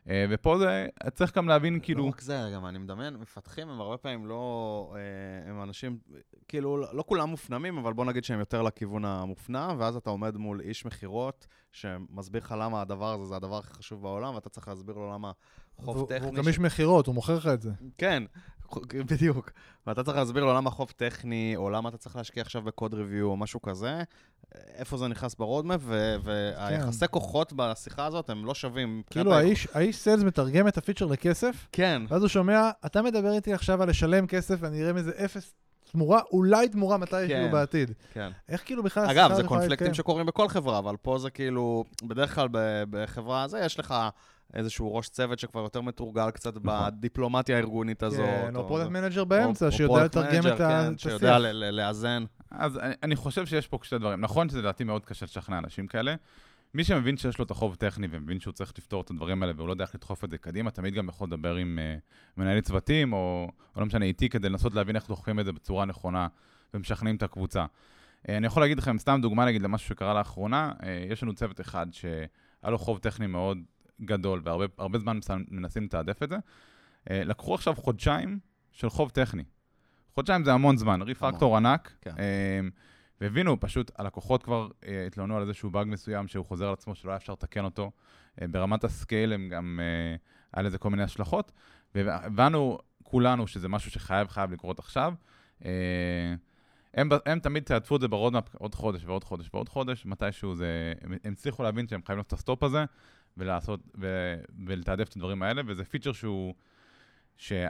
ופה זה, צריך גם להבין כאילו... לא רק זה, גם אני מדמיין, מפתחים הם הרבה פעמים לא, הם אנשים, כאילו, לא כולם מופנמים, אבל בוא נגיד שהם יותר לכיוון המופנם, ואז אתה עומד מול איש מחירות, שמסביר לך למה הדבר הזה, זה הדבר הכי חשוב בעולם, ואתה צריך להסביר לו למה חוב טכני... הוא גם איש מחירות, הוא מוכר לך את זה. כן, בדיוק. ואתה צריך להסביר לו למה חוב טכני, או למה אתה צריך להשקיע עכשיו בקוד ריוויו, או משהו כזה, איפה זה נכנס ברודמפ, והיחסי כוחות בשיחה הזאת הם לא שווים. כאילו האיש סיילס מתרגם את הפיצ'ר לכסף, כן. ואז הוא שומע, אתה מדבר איתי עכשיו על לשלם כסף, ואני אראה מזה אפס תמורה, אולי תמורה מתי יש לו בעתיד. כן. איך כאילו בכלל... אגב, זה קונפליקטים שקורים בכל חברה, אבל פה זה כאילו, בדרך כלל בחברה הזו יש לך איזשהו ראש צוות שכבר יותר מתורגל קצת בדיפלומטיה הארגונית הזאת. כן, או פרודקט מנג'ר באמצע, שיודע לתרגם את השיח. שיודע לאזן. אז אני חושב שיש פה שתי דברים. נכון שזה דעתי מאוד קשה לשכנע אנשים כאלה. מי שמבין שיש לו את החוב טכני ומבין שהוא צריך לפתור את הדברים האלה והוא לא יודע איך לדחוף את זה קדימה, תמיד גם יכול לדבר עם uh, מנהלי צוותים או, או לא משנה איתי כדי לנסות להבין איך דוחפים את זה בצורה נכונה ומשכנעים את הקבוצה. Uh, אני יכול להגיד לכם, סתם דוגמה נגיד למשהו שקרה לאחרונה, uh, יש לנו צוות אחד שהיה לו חוב טכני מאוד גדול והרבה הרבה זמן מנסים לתעדף את זה. Uh, לקחו עכשיו חודשיים של חוב טכני. חודשיים זה המון זמן, ריפקטור ענק. כן. Uh, והבינו, פשוט הלקוחות כבר אה, התלונו על איזשהו באג מסוים שהוא חוזר על עצמו, שלא היה אפשר לתקן אותו. אה, ברמת הסקייל הם גם אה, על איזה כל מיני השלכות, והבנו כולנו שזה משהו שחייב חייב לקרות עכשיו. אה, הם, הם תמיד תעדפו את זה ברודמאפ עוד חודש ועוד חודש ועוד חודש, מתישהו זה, הם, הם צריכו להבין שהם חייבים לעשות את הסטופ הזה, ולעשות, ו, ולתעדף את הדברים האלה, וזה פיצ'ר שהוא, שה...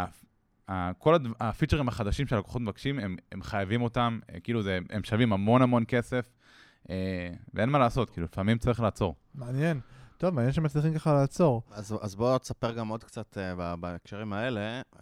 כל הפיצ'רים החדשים שהלקוחות מבקשים, הם, הם חייבים אותם, כאילו זה, הם שווים המון המון כסף, ואין מה לעשות, כאילו לפעמים צריך לעצור. מעניין. טוב, מעניין שמצליחים ככה לעצור. אז, אז בואו תספר גם עוד קצת uh, בהקשרים האלה. Uh,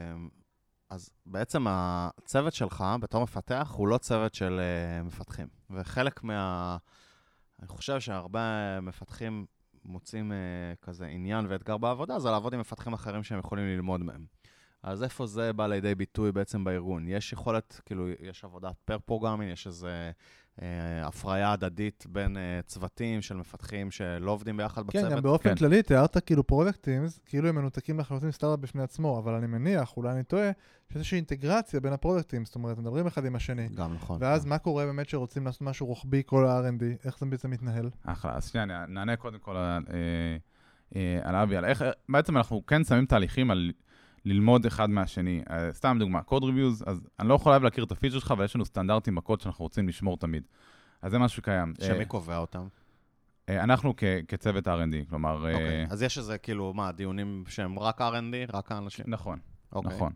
אז בעצם הצוות שלך, בתור מפתח, הוא לא צוות של uh, מפתחים. וחלק מה... אני חושב שהרבה מפתחים מוצאים uh, כזה עניין ואתגר בעבודה, זה לעבוד עם מפתחים אחרים שהם יכולים ללמוד מהם. אז איפה זה בא לידי ביטוי בעצם בארגון? יש יכולת, כאילו, יש עבודת פר פרוגרמינג, יש איזה אה, הפריה הדדית בין אה, צוותים של מפתחים שלא עובדים ביחד בצוות? כן, גם באופן כן. כללי, תיארת כאילו פרודקט טימס, כאילו הם מנותקים לחלוטין סטארט-אפ בפני עצמו, אבל אני מניח, אולי אני טועה, שיש איזושהי אינטגרציה בין הפרודקט טימס, זאת אומרת, מדברים אחד עם השני. גם נכון. ואז כן. מה קורה באמת שרוצים לעשות משהו רוחבי, כל ה-אר אנד די? איך זה בעצם מתנהל? אחלה, אז שנייה, נענה קודם כל על, אה, על אבי, על איך, בעצם אנחנו כן שמים תהליכים על ללמוד אחד מהשני. סתם דוגמה, קוד ריוויוז, אז אני לא יכול להב להכיר את הפיצ'ר שלך, אבל יש לנו סטנדרטים בקוד שאנחנו רוצים לשמור תמיד. אז זה משהו שקיים. שמי קובע אותם? אנחנו כצוות אר אנד די, כלומר... אוקיי, אז יש איזה, כאילו, מה, דיונים שהם רק אר אנד די, רק האנשים? נכון, נכון.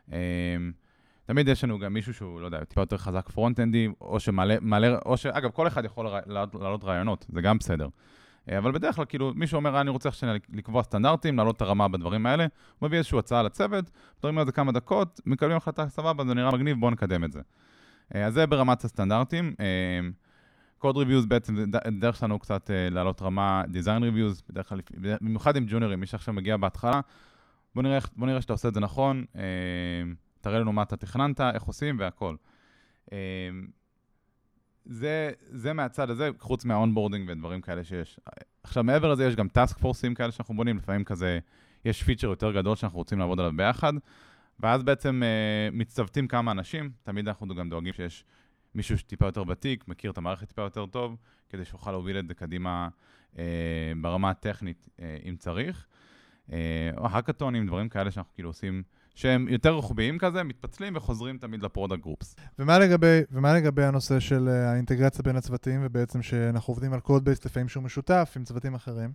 תמיד יש לנו גם מישהו שהוא, לא יודע, טיפה יותר חזק פרונט-אנדי, או שמלא, או ש... אגב, כל אחד יכול לעלות רעיונות, זה גם בסדר. אבל בדרך כלל, כאילו, מישהו אומר, אני רוצה לקבוע סטנדרטים, לעלות את הרמה בדברים האלה, הוא מביא איזושהי הצעה לצוות, מדברים על זה כמה דקות, מקבלים החלטה סבבה, זה נראה מגניב, בואו נקדם את זה. אז זה ברמת הסטנדרטים. קוד ריוויוז בעצם, דרך שלנו קצת לעלות רמה, דיזיין ריוויוז, בדרך כלל, במיוחד עם ג'וניורים, מי שעכשיו מגיע בהתחלה, בוא נראה, בוא נראה שאתה עושה את זה נכון, תראה לנו מה אתה תכננת, איך עושים והכל. זה, זה מהצד הזה, חוץ מהאונבורדינג ודברים כאלה שיש. עכשיו, מעבר לזה, יש גם טאסק פורסים כאלה שאנחנו בונים, לפעמים כזה, יש פיצ'ר יותר גדול שאנחנו רוצים לעבוד עליו ביחד, ואז בעצם אה, מצטוותים כמה אנשים, תמיד אנחנו גם דואגים שיש מישהו שטיפה יותר ותיק, מכיר את המערכת טיפה יותר טוב, כדי שיוכל להוביל את זה קדימה אה, ברמה הטכנית, אה, אם צריך. אה, או האקתונים, דברים כאלה שאנחנו כאילו עושים, שהם יותר רוחביים כזה, מתפצלים וחוזרים תמיד לפרודקט גרופס. ומה לגבי, ומה לגבי הנושא של האינטגרציה בין הצוותים, ובעצם שאנחנו עובדים על קוד בייס לפעמים שהוא משותף עם צוותים אחרים?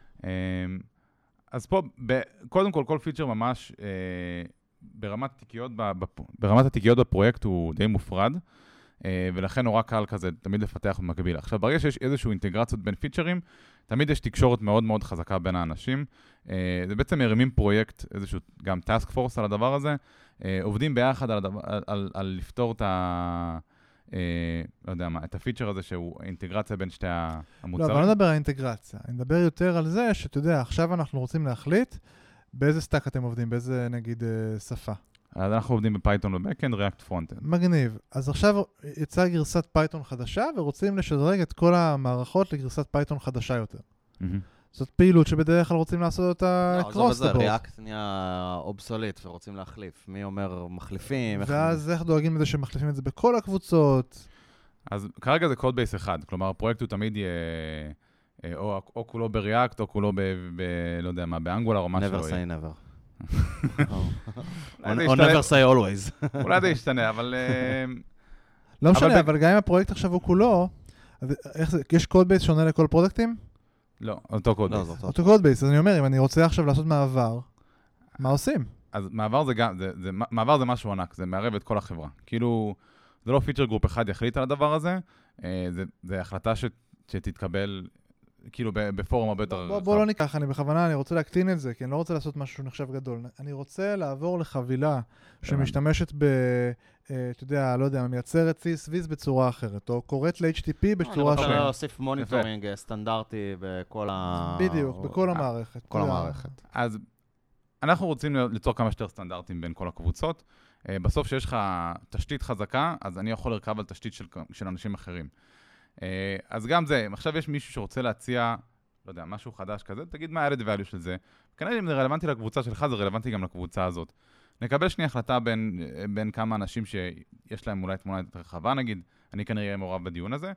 אז פה, קודם כל, כל פיצ'ר ממש ברמת התיקיות, ברמת התיקיות בפרויקט הוא די מופרד, ולכן נורא קל כזה תמיד לפתח במקביל. עכשיו, ברגע שיש איזשהו אינטגרציות בין פיצ'רים, תמיד יש תקשורת מאוד מאוד חזקה בין האנשים. זה בעצם מרימים פרויקט, איזשהו גם טאסק פורס על הדבר הזה, עובדים ביחד על, הדבר, על, על לפתור את ה... לא יודע מה, את הפיצ'ר הזה שהוא אינטגרציה בין שתי המוצרים. לא, אבל אני מדבר על אינטגרציה. אני מדבר יותר על זה שאתה יודע, עכשיו אנחנו רוצים להחליט באיזה סטאק אתם עובדים, באיזה נגיד שפה. אז אנחנו עובדים בפייתון ובקאנד, ריאקט פרונט-אנד. מגניב. אז עכשיו יצאה גרסת פייתון חדשה, ורוצים לשדרג את כל המערכות לגרסת פייתון חדשה יותר. Mm-hmm. זאת פעילות שבדרך כלל רוצים לעשות אותה לא, קרוס זה דבורט. ריאקט נהיה אובסוליט ורוצים להחליף. מי אומר מחליפים? ואז איך דואגים לזה שמחליפים את זה בכל הקבוצות? אז כרגע זה קוד בייס אחד, כלומר הפרויקט הוא תמיד יהיה או, או כולו בריאקט, או כולו ב, ב... לא יודע מה, באנגולר או מה שלא יהיה. never say never. או never say always. אולי זה ישתנה, אבל... לא משנה, אבל גם אם הפרויקט עכשיו הוא כולו, יש קוד בייס שונה לכל פרודקטים? לא, אותו קוד בייס. אותו קוד בייס, אז אני אומר, אם אני רוצה עכשיו לעשות מעבר, מה עושים? אז מעבר זה גם, מעבר זה משהו ענק, זה מערב את כל החברה. כאילו, זה לא פיצ'ר גרופ אחד יחליט על הדבר הזה, זה החלטה שתתקבל, כאילו, בפורום הרבה יותר רחב. בוא לא ניקח, אני בכוונה, אני רוצה להקטין את זה, כי אני לא רוצה לעשות משהו שנחשב גדול. אני רוצה לעבור לחבילה שמשתמשת ב... אתה יודע, לא יודע, מייצרת סיס-ויז בצורה אחרת, או קוראת ל-אייץ' טי פי בצורה אחרת. אחרת. אני רוצה להוסיף מוניטורינג סטנדרטי בכל ה... בדיוק, בכל המערכת. כל המערכת. אז אנחנו רוצים ליצור כמה שיותר סטנדרטים בין כל הקבוצות. בסוף שיש לך תשתית חזקה, אז אני יכול לרכב על תשתית של, של אנשים אחרים. אז גם זה, עכשיו יש מישהו שרוצה להציע, לא יודע, משהו חדש כזה, תגיד מה ה-added value של זה. כנראה אם זה רלוונטי לקבוצה שלך, זה רלוונטי גם לקבוצה הזאת. נקבל שנייה החלטה בין, בין כמה אנשים שיש להם אולי תמונה יותר רחבה, נגיד, אני כנראה אהיה מעורב בדיון הזה,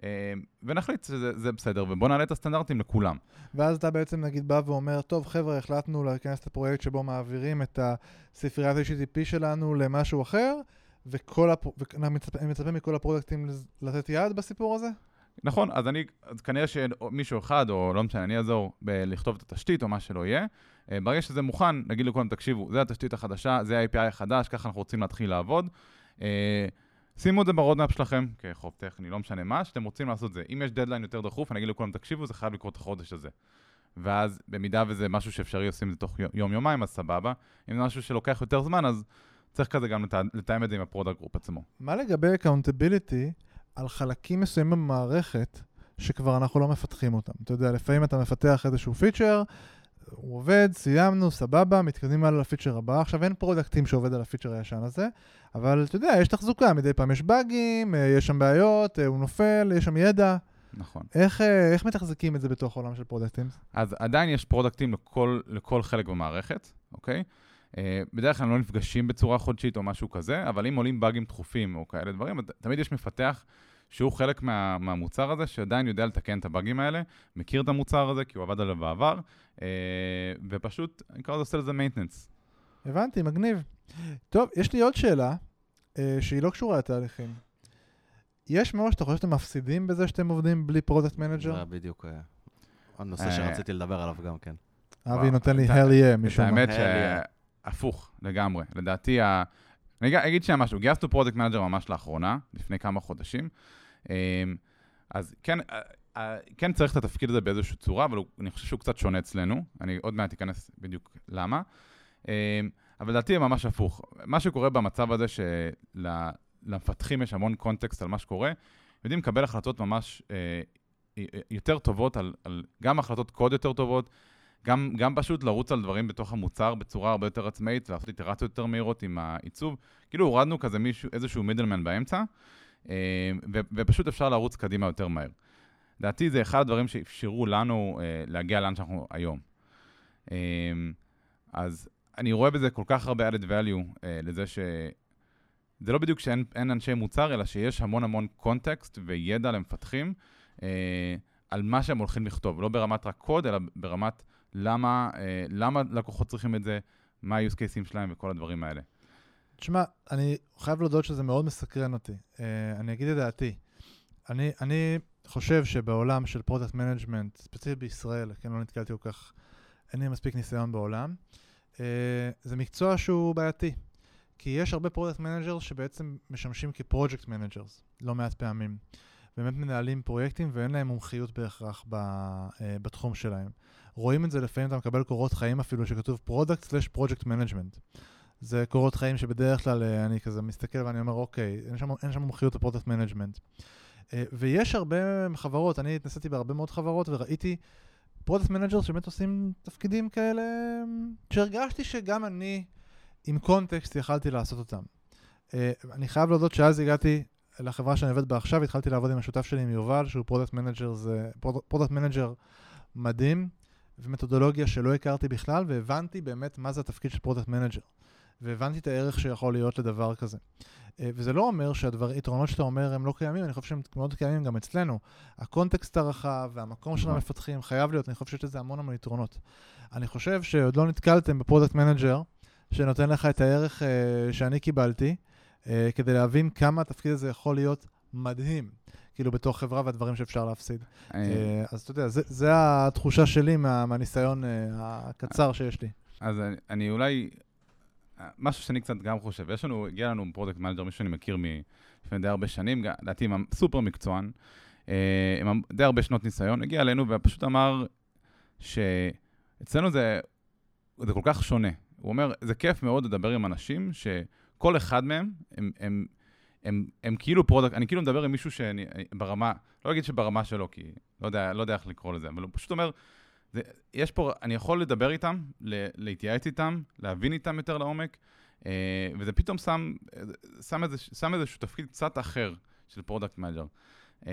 ונחליט שזה זה בסדר, ובוא נעלה את הסטנדרטים לכולם. ואז אתה בעצם נגיד בא ואומר, טוב חבר'ה, החלטנו להיכנס לפרויקט שבו מעבירים את הספריית ה-אייץ' טי פי שלנו למשהו אחר, וכל הפ... ואני מצפה, מצפה מכל הפרודקטים לתת יד בסיפור הזה? נכון, אז אני, אז כנראה שמישהו אחד, או לא משנה, אני אעזור לכתוב את התשתית או מה שלא יהיה. ברגע שזה מוכן, נגיד לכולם, תקשיבו, זה התשתית החדשה, זה ה-איי פי איי החדש, ככה אנחנו רוצים להתחיל לעבוד. שימו את זה ברודמאפ שלכם, כחוב טכני, לא משנה מה, שאתם רוצים לעשות זה. אם יש דדליין יותר דחוף, אני אגיד לכולם, תקשיבו, זה חייב לקרות החודש הזה. ואז, במידה וזה משהו שאפשרי עושים את זה תוך יום-יומיים, אז סבבה. אם זה משהו שלוקח יותר זמן, אז צריך כזה גם לתאם את זה עם הפרודקט גרופ עצמו. מה לגבי accountability על חלקים מסוימים במערכת שכבר אנחנו לא מפתחים אותם? אתה יודע, לפעמים אתה מפתח איזשהו פיצ'ר, הוא עובד, סיימנו, סבבה, מתקדמים על הפיצ'ר הבא. עכשיו אין פרודקטים שעובד על הפיצ'ר הישן הזה, אבל אתה יודע, יש תחזוקה, מדי פעם יש באגים, יש שם בעיות, הוא נופל, יש שם ידע. נכון. איך, איך מתחזקים את זה בתוך העולם של פרודקטים? אז עדיין יש פרודקטים לכל, לכל חלק במערכת, אוקיי? בדרך כלל לא נפגשים בצורה חודשית או משהו כזה, אבל אם עולים באגים דחופים או כאלה דברים, תמיד יש מפתח שהוא חלק מה, מהמוצר הזה, שעדיין יודע לתקן את הבאגים האלה, מכיר את המוצר הזה כי הוא עבד עליו בעבר, ופשוט, אני קורא עושה לזה maintenance. הבנתי, מגניב. טוב, יש לי עוד שאלה, שהיא לא קשורה לתהליכים. יש משהו שאתה חושב שאתם מפסידים בזה שאתם עובדים בלי פרודקט מנג'ר? זה בדיוק הנושא שרציתי לדבר עליו גם כן. אבי נותן לי hell yeah, מישהו. האמת שהפוך לגמרי. לדעתי, אני אגיד שהיה משהו, גייסנו פרודקט מנג'ר ממש לאחרונה, לפני כמה חודשים, אז כן, כן צריך את התפקיד הזה באיזושהי צורה, אבל אני חושב שהוא קצת שונה אצלנו, אני עוד מעט אכנס בדיוק למה, אבל לדעתי זה ממש הפוך. מה שקורה במצב הזה שלמפתחים יש המון קונטקסט על מה שקורה, יודעים לקבל החלטות ממש יותר טובות, על, על גם החלטות קוד יותר טובות, גם, גם פשוט לרוץ על דברים בתוך המוצר בצורה הרבה יותר עצמאית, ולעשות איטרציות יותר מהירות עם העיצוב. כאילו הורדנו כזה מישהו, איזשהו מידלמן באמצע, ו, ופשוט אפשר לרוץ קדימה יותר מהר. לדעתי זה אחד הדברים שאפשרו לנו להגיע לאן שאנחנו היום. אז אני רואה בזה כל כך הרבה added value לזה ש... זה לא בדיוק שאין אין אנשי מוצר, אלא שיש המון המון קונטקסט וידע למפתחים על מה שהם הולכים לכתוב. לא ברמת רק קוד, אלא ברמת למה, למה לקוחות צריכים את זה, מה ה-use cases שלהם וכל הדברים האלה. תשמע, אני חייב להודות שזה מאוד מסקרן אותי. אני אגיד את דעתי. אני, אני חושב שבעולם של פרודקט מנג'מנט, ספציפית בישראל, כן, לא נתקלתי כל כך, אין לי מספיק ניסיון בעולם, זה מקצוע שהוא בעייתי. כי יש הרבה פרודקט מנג'רס שבעצם משמשים כפרוג'קט מנג'רס, לא מעט פעמים. באמת מנהלים פרויקטים ואין להם מומחיות בהכרח בתחום שלהם. רואים את זה לפעמים, אתה מקבל קורות חיים אפילו שכתוב Product slash Project Management. זה קורות חיים שבדרך כלל אני כזה מסתכל ואני אומר, אוקיי, אין שם, אין שם מומחיות לפרודקט מנג'מנט. ויש הרבה חברות, אני התנסיתי בהרבה מאוד חברות וראיתי פרודקט מנג'רס שבאמת עושים תפקידים כאלה, שהרגשתי שגם אני עם קונטקסט יכלתי לעשות אותם. אני חייב להודות שאז הגעתי לחברה שאני עובד בה עכשיו, התחלתי לעבוד עם השותף שלי, עם יובל, שהוא פרודקט מנג'ר, זה פרודקט מנג'ר מדהים, ומתודולוגיה שלא הכרתי בכלל, והבנתי באמת מה זה התפקיד של פרודקט מנג'ר. והבנתי את הערך שיכול להיות לדבר כזה. וזה לא אומר שהיתרונות שאתה אומר הם לא קיימים, אני חושב שהם מאוד קיימים גם אצלנו. הקונטקסט הרחב והמקום של המפתחים חייב להיות, אני חושב שיש לזה המון המון יתרונות. אני חושב שעוד לא נתקלתם בפרודקט מנג'ר, שנותן לך את הערך uh, שאני קיבלתי, uh, כדי להבין כמה התפקיד הזה יכול להיות מדהים, כאילו בתוך חברה והדברים שאפשר להפסיד. Uh, אז אתה יודע, זה, זה התחושה שלי מה, מהניסיון uh, הקצר שיש לי. אז אני, אני אולי... משהו שאני קצת גם חושב, יש לנו, הגיע לנו פרודקט מנג'ר, מישהו שאני מכיר מלפני די הרבה שנים, לדעתי עם סופר מקצוען, עם די הרבה שנות ניסיון, הגיע אלינו ופשוט אמר שאצלנו זה, זה כל כך שונה. הוא אומר, זה כיף מאוד לדבר עם אנשים שכל אחד מהם, הם, הם, הם, הם כאילו פרודקט, אני כאילו מדבר עם מישהו שאני, ברמה, לא אגיד שברמה שלו, כי לא יודע, לא יודע איך לקרוא לזה, אבל הוא פשוט אומר, זה, יש פה, אני יכול לדבר איתם, להתייעץ איתם, להבין איתם יותר לעומק, אה, וזה פתאום שם, שם איזה, שם איזשהו תפקיד קצת אחר של פרודקט מנג'ר. אה,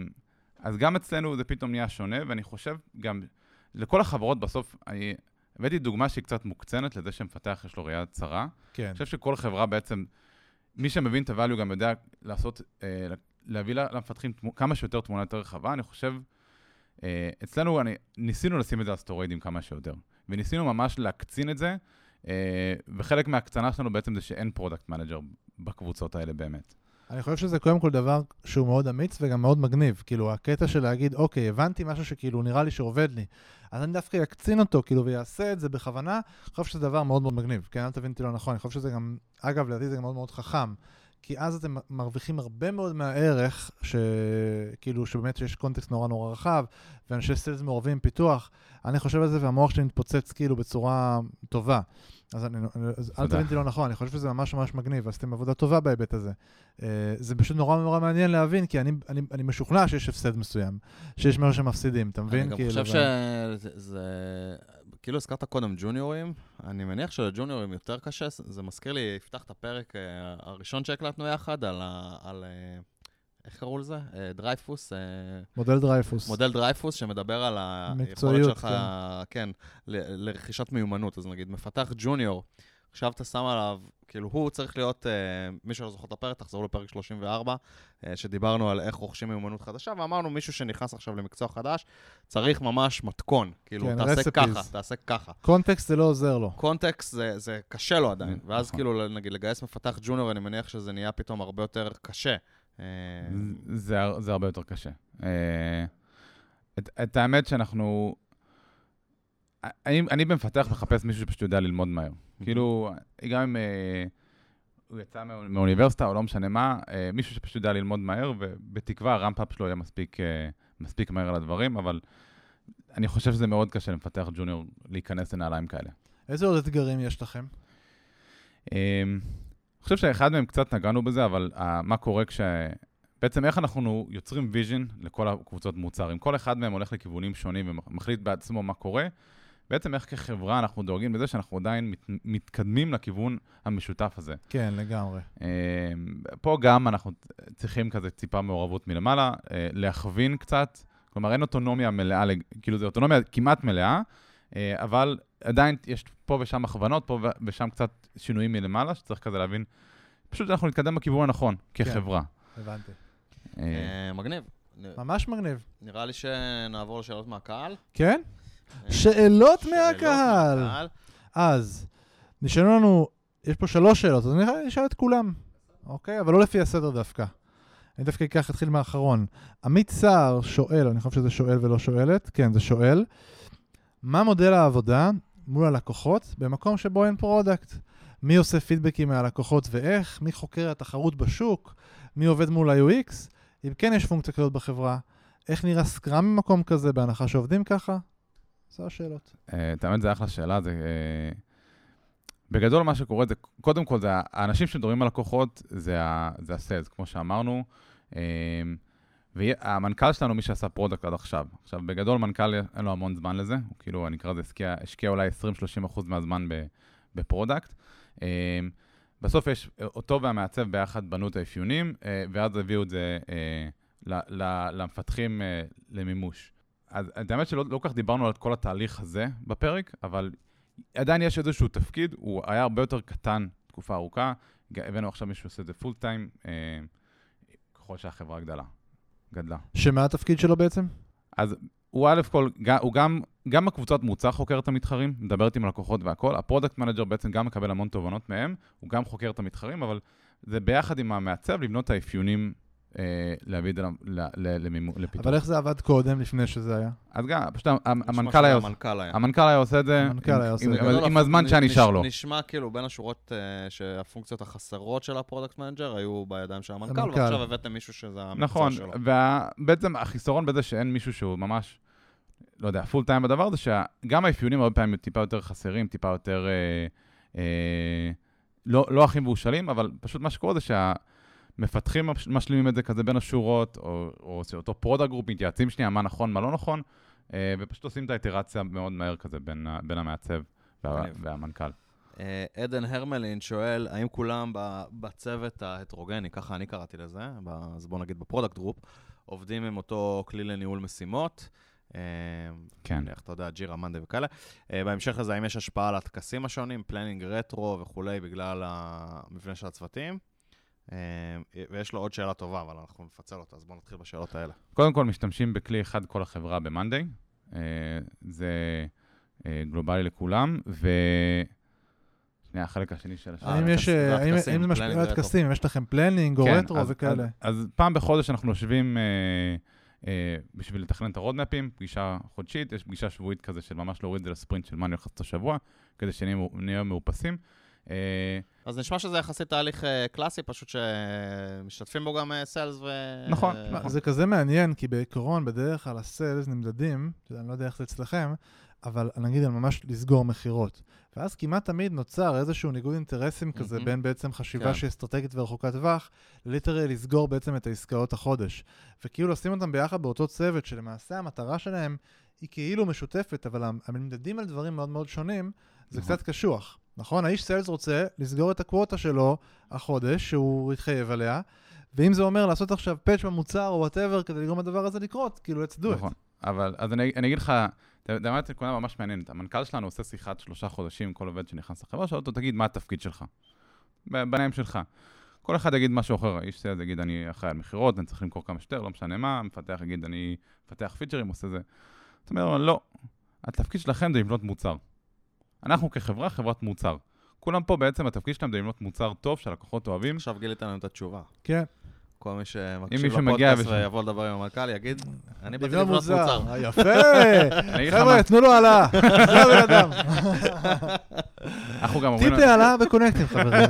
אז גם אצלנו זה פתאום נהיה שונה, ואני חושב גם, לכל החברות בסוף, אני הבאתי דוגמה שהיא קצת מוקצנת לזה שמפתח יש לו ראייה צרה. כן. אני חושב שכל חברה בעצם, מי שמבין את הvalue גם יודע לעשות, אה, להביא למפתחים כמה שיותר תמונה יותר רחבה, אני חושב, Uh, אצלנו אני, ניסינו לשים את זה על סטוריידים כמה שיותר, וניסינו ממש להקצין את זה, uh, וחלק מהקצנה שלנו בעצם זה שאין פרודקט מנג'ר בקבוצות האלה באמת. אני חושב שזה קודם כל דבר שהוא מאוד אמיץ וגם מאוד מגניב, כאילו הקטע של להגיד, אוקיי, הבנתי משהו שכאילו נראה לי שעובד לי, אז אני דווקא יקצין אותו, כאילו, ויעשה את זה בכוונה, אני חושב שזה דבר מאוד מאוד מגניב, כן, אל תבינתי לא נכון, אני חושב שזה גם, אגב, לדעתי זה גם מאוד מאוד חכם, כי אז אתם מרוויחים הרבה מאוד מהערך, שכאילו שבאמת יש קונטקסט נורא נורא רחב, ואנשי סלס מעורבים פיתוח, אני חושב על זה והמוח שלי מתפוצץ כאילו בצורה טובה. אז, אני, אז אל תבינתי לא נכון, אני חושב שזה ממש ממש מגניב, אז אתם עבודה טובה בהיבט הזה. זה פשוט נורא נורא מעניין להבין, כי אני, אני, אני משוכנע שיש הפסד מסוים, שיש משהו שמפסידים, אתה מבין? אני גם כאילו, חושב שזה... זה... כאילו הזכרת קודם ג'וניורים, אני מניח שלג'וניורים יותר קשה, זה מזכיר לי, יפתח את הפרק הראשון שהקלטנו יחד על, על איך קראו לזה? דרייפוס. מודל דרייפוס. מודל דרייפוס שמדבר על היכולת שלך, כן, לרכישת מיומנות. אז נגיד, מפתח ג'וניור, עכשיו אתה שם עליו, כאילו הוא צריך להיות, מי שלא זוכר את הפרק, תחזרו לפרק שלושים וארבע, שדיברנו על איך רוכשים מיומנות חדשה, ואמרנו מישהו שנכנס עכשיו למקצוע חדש, צריך ממש מתכון, כאילו כן, תעשה recipes. ככה, תעשה ככה. קונטקסט זה לא עוזר לו. קונטקסט זה, זה קשה לו עדיין, נכון. ואז כאילו נגיד לגייס מפתח ג'וניור, אני מניח שזה נהיה פתאום הרבה יותר קשה. זה, זה הרבה יותר קשה. את, את האמת שאנחנו... אני, אני במפתח מחפש מישהו שפשוט יודע ללמוד מהר. כאילו, גם אם אה, הוא יצא מאוניברסיטה או לא משנה מה, אה, מישהו שפשוט יודע ללמוד מהר, ובתקווה הרמפ-אפ שלו יהיה מספיק, אה, מספיק מהר על הדברים, אבל אני חושב שזה מאוד קשה למפתח ג'וניור להיכנס לנעליים כאלה. איזה עוד אתגרים יש לכם? אה, אני חושב שאחד מהם קצת נגענו בזה, אבל אה, מה קורה כש... בעצם איך אנחנו יוצרים ויז'ן לכל הקבוצות מוצרים. כל אחד מהם הולך לכיוונים שונים ומחליט בעצמו מה קורה, בעצם איך כחברה אנחנו דואגים בזה שאנחנו עדיין מת, מתקדמים לכיוון המשותף הזה. כן, לגמרי. פה גם אנחנו צריכים כזה ציפה מעורבות מלמעלה, להכווין קצת, כלומר אין אוטונומיה מלאה, כאילו זה אוטונומיה כמעט מלאה, אבל עדיין יש פה ושם הכוונות, פה ושם קצת שינויים מלמעלה, שצריך כזה להבין, פשוט אנחנו נתקדם בכיוון הנכון, כחברה. הבנתי. מגניב. ממש מגניב. נראה לי שנעבור לשאלות מהקהל. כן? שאלות מהקהל. אז, נשאלנו לנו, יש פה שלוש שאלות, אז אני אשאל את כולם. אוקיי? אבל לא לפי הסדר דווקא. אני דווקא אקח התחיל מהאחרון. עמית סער שואל, אני חושב שזה שואל ולא שואלת, כן, זה שואל, מה מודל העבודה מול הלקוחות במקום שבו אין פרודקט? מי עושה פידבקים מהלקוחות ואיך? מי חוקר התחרות בשוק? מי עובד מול ה-יו אקס? אם כן יש פונקציה כזאת בחברה, איך נראה סקראם ממקום כזה בהנחה שעובדים ככה? זה השאלות. תאמת, זה אחלה שאלה. בגדול מה שקורה זה, קודם כל, האנשים שמדברים על לקוחות, זה הסיילס, כמו שאמרנו. והמנכ"ל שלנו, מי שעשה פרודקט עד עכשיו. עכשיו, בגדול, מנכ"ל אין לו המון זמן לזה. הוא כאילו, אני אקרא לזה, השקיע אולי עשרים שלושים אחוז מהזמן בפרודקט. בסוף יש אותו והמעצב ביחד בנו את האפיונים, ואז הביאו את זה למפתחים למימוש. אז האמת שלא לא כך דיברנו על כל התהליך הזה בפרק, אבל עדיין יש איזשהו תפקיד, הוא היה הרבה יותר קטן תקופה ארוכה, הבאנו עכשיו מישהו עושה את זה פול טיים, אה, ככל שהחברה גדלה, גדלה. שמה התפקיד שלו בעצם? אז הוא א' כל, הוא גם, גם הקבוצת מוצר חוקר את המתחרים, מדברת עם הלקוחות והכל, הפרודקט מנג'ר בעצם גם מקבל המון תובנות מהם, הוא גם חוקר את המתחרים, אבל זה ביחד עם המעצב לבנות את האפיונים, אה, להביא את זה לפיתוח. אבל איך זה עבד קודם, לפני שזה היה? אז גם, פשוט המנכ"ל היה, המנכ"ל היה עושה את זה, עם הזמן שנשאר לו. נשמע כאילו בין השורות שהפונקציות החסרות של הפרודקט מנג'ר היו בידיים של המנכ"ל, ועכשיו הבאתם מישהו שזה המקצוע שלו. נכון, ובעצם החיסרון בזה שאין מישהו שהוא ממש, לא יודע, פול טיים בדבר זה שגם האפיונים הרבה פעמים טיפה יותר חסרים, טיפה יותר לא הכי מבושלים, אבל פשוט מה שקורה זה שה... מפתחים משלימים את זה כזה בין השורות, או, או אותו פרודקט גרופ, מתייעצים שנייה מה נכון, מה לא נכון, ופשוט עושים את האיטרציה מאוד מהר כזה בין, בין המעצב וה, והמנכ"ל. עדן הרמלין שואל, האם כולם בצוות ההטרוגני, ככה אני קראתי לזה, אז בוא נגיד בפרודקט גרופ, עובדים עם אותו כלי לניהול משימות, כן. איך אתה יודע, ג'ירה, מנדי וכאלה. בהמשך לזה, האם יש השפעה על התקסים השונים, פלנינג, רטרו וכולי, בגלל המבנה של הצוותים? ויש לו עוד שאלה טובה, אבל אנחנו נפצל אותה, אז בואו נתחיל בשאלות האלה. קודם כל, משתמשים בכלי אחד כל החברה במנדי, זה גלובלי לכולם, ו... שנייה, החלק השני של השאלה. האם זה משפיע על התקסים, אם יש לכם פלנינג או רטרו וכאלה? אז פעם בחודש אנחנו יושבים בשביל לתכנן את הרודמפים, פגישה חודשית, יש פגישה שבועית כזה של ממש להוריד את זה לספרינט של מה אני הולך לעשות השבוע, כדי שנהיה מאופסים. אז נשמע שזה יחסית תהליך קלאסי, פשוט שמשתתפים בו גם סיילס ו... נכון. זה כזה מעניין, כי בעקרון, בדרך כלל הסיילס נמדדים, אני לא יודע איך זה אצלכם, אבל נגיד על ממש לסגור מחירות. ואז כמעט תמיד נוצר איזשהו ניגוד אינטרסים כזה, בין בעצם חשיבה שהיא אסטרטגית ורחוקת טווח, ליטרלי לסגור בעצם את העסקאות החודש. וכאילו לשים אותם ביחד באותו צוות, שלמעשה המטרה שלהם היא כאילו משותפת, אבל הממדדים על דברים מאוד מאוד שונים, זה קצת קשוח. נכון? האיש סיילס רוצה לסגור את הקווטה שלו החודש, שהוא התחייב עליה, ואם זה אומר לעשות עכשיו פאץ' במוצר או whatever, כדי לגרום הדבר הזה לקרות, כאילו, let's do it. נכון. אבל, אז אני, אני אגיד לך, אתה יודע מה, את נקודה ממש מעניינת. המנכ"ל שלנו עושה שיחת שלושה חודשים עם כל עובד שנכנס לחברה, שאל אותו, תגיד מה התפקיד שלך, בניים שלך. כל אחד יגיד משהו אחר, האיש סיילס יגיד, אני אחראי על מחירות, אני צריך למכור כמה שטר, לא משנה מה, מפתח יגיד, אני מפתח פיצ'רים, עושה זה. זאת אומרת, לא, התפקיד שלכם זה לבנות מוצר. אנחנו כחברה, חברת מוצר. כולם פה בעצם התפקיד שלהם זה לבנות מוצר טוב שהלקוחות אוהבים. עכשיו גילית לנו את התשובה. כן. כל מי שמקשיב לפודקאסט ויבוא לדבר עם המנכ"ל יגיד, אני באתי לבנות מוצר. יפה! חבר'ה, תנו לו עלה. זה הבן אדם. טיפי עלה בקונקטים, חברים.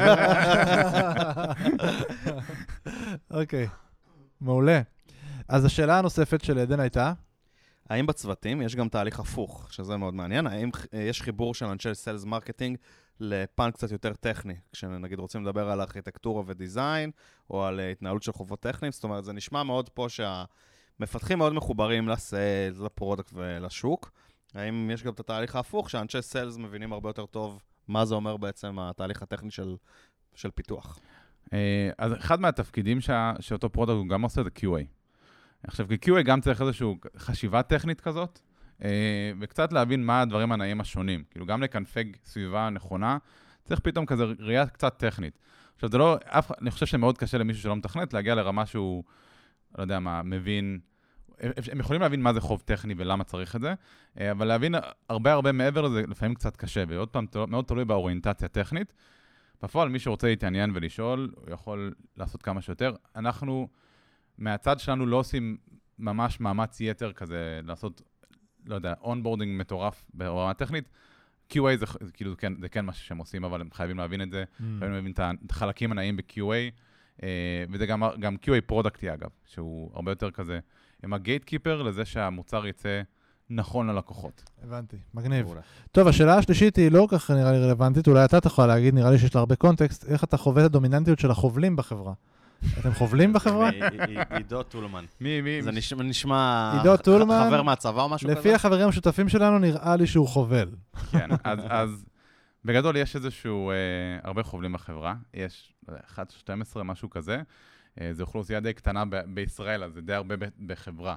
אוקיי, מעולה. אז השאלה הנוספת של עדן הייתה? האם בצוותים יש גם תהליך הפוך, שזה מאוד מעניין? האם יש חיבור של אנשי סיילס מרקטינג לפן קצת יותר טכני, כשנגיד רוצים לדבר על ארכיטקטורה ודיזיין, או על התנהלות של חובות טכניים? זאת אומרת, זה נשמע מאוד פה שהמפתחים מאוד מחוברים לסיילס, לפרודקט ולשוק. האם יש גם את התהליך ההפוך, שאנשי סיילס מבינים הרבה יותר טוב מה זה אומר בעצם התהליך הטכני של, של פיתוח? אז אחד מהתפקידים שאותו פרודקט הוא גם עושה זה קיו איי. עכשיו, כי-קיו איי גם צריך איזושהי חשיבה טכנית כזאת, וקצת להבין מה הדברים הנעים השונים. כאילו, גם לקנפג סביבה נכונה, צריך פתאום כזה ראייה קצת טכנית. עכשיו, זה לא, אף, אני חושב שמאוד קשה למישהו שלא מתכנת, להגיע לרמה שהוא, לא יודע מה, מבין, הם יכולים להבין מה זה חוב טכני ולמה צריך את זה, אבל להבין הרבה הרבה מעבר לזה, לפעמים קצת קשה, ועוד פעם, מאוד תלוי באוריינטציה טכנית. בפועל, מי שרוצה להתעניין ולשאול, הוא יכול לעשות כמה שיותר. אנחנו מהצד שלנו לא עושים ממש מאמץ יתר כזה, לעשות, לא יודע, אונבורדינג מטורף ברמה טכנית. קיו איי זה, זה, כאילו, כן, זה כן משהו שהם עושים, אבל הם חייבים להבין את זה, mm. חייבים להבין את החלקים הנעים ב-קיו איי, אה, וזה גם, גם קיו איי פרודקטי אגב, שהוא הרבה יותר כזה, הם הגייטקיפר לזה שהמוצר יצא נכון ללקוחות. הבנתי, מגניב. טוב, השאלה השלישית היא לא כך נראה לי רלוונטית, אולי אתה תוכל להגיד, נראה לי שיש לה הרבה קונטקסט, איך אתה חווה את הדומיננטיות של החובלים בחברה? אתם חובלים בחברה? עידו טולמן. מי, מי? זה נשמע חבר מהצבא או משהו כזה? לפי החברים המשותפים שלנו נראה לי שהוא חובל. כן, אז בגדול יש איזשהו, הרבה חובלים בחברה, יש אחת שתים עשרה משהו כזה, זה אוכלוסייה די קטנה בישראל, אז זה די הרבה בחברה.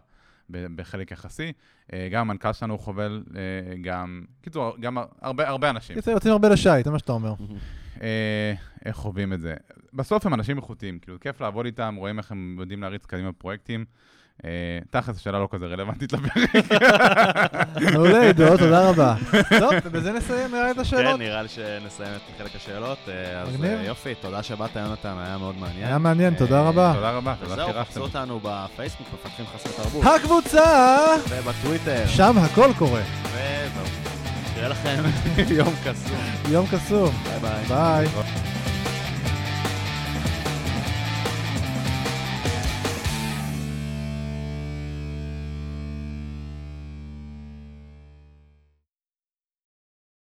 בחלק יחסי. גם המנכ"ל שלנו חובל, גם, קיצור, גם הרבה, הרבה אנשים. קיצור, יוצאים הרבה לשייט, זה מה שאתה אומר. איך חווים את זה? בסוף הם אנשים איכותיים, כאילו, כיף לעבוד איתם, רואים איך הם יודעים להריץ קדימה פרויקטים. תכלס, השאלה לא כזה רלוונטית לפרק. מעולה, עידו, תודה רבה. טוב, ובזה נסיים נראה את השאלות. כן, נראה לי שנסיים את חלק השאלות. אז יופי, תודה שבאת, יונתן, היה מאוד מעניין. היה מעניין, תודה רבה. תודה רבה, תודה וזהו, שירחתם. חפשו אותנו בפייסבוק, מפתחים חסרי תרבות. הקבוצה! ובטוויטר. שם הכל קורה. וזהו. תראה לכם יום קסום. יום קסום. ביי ביי. ביי.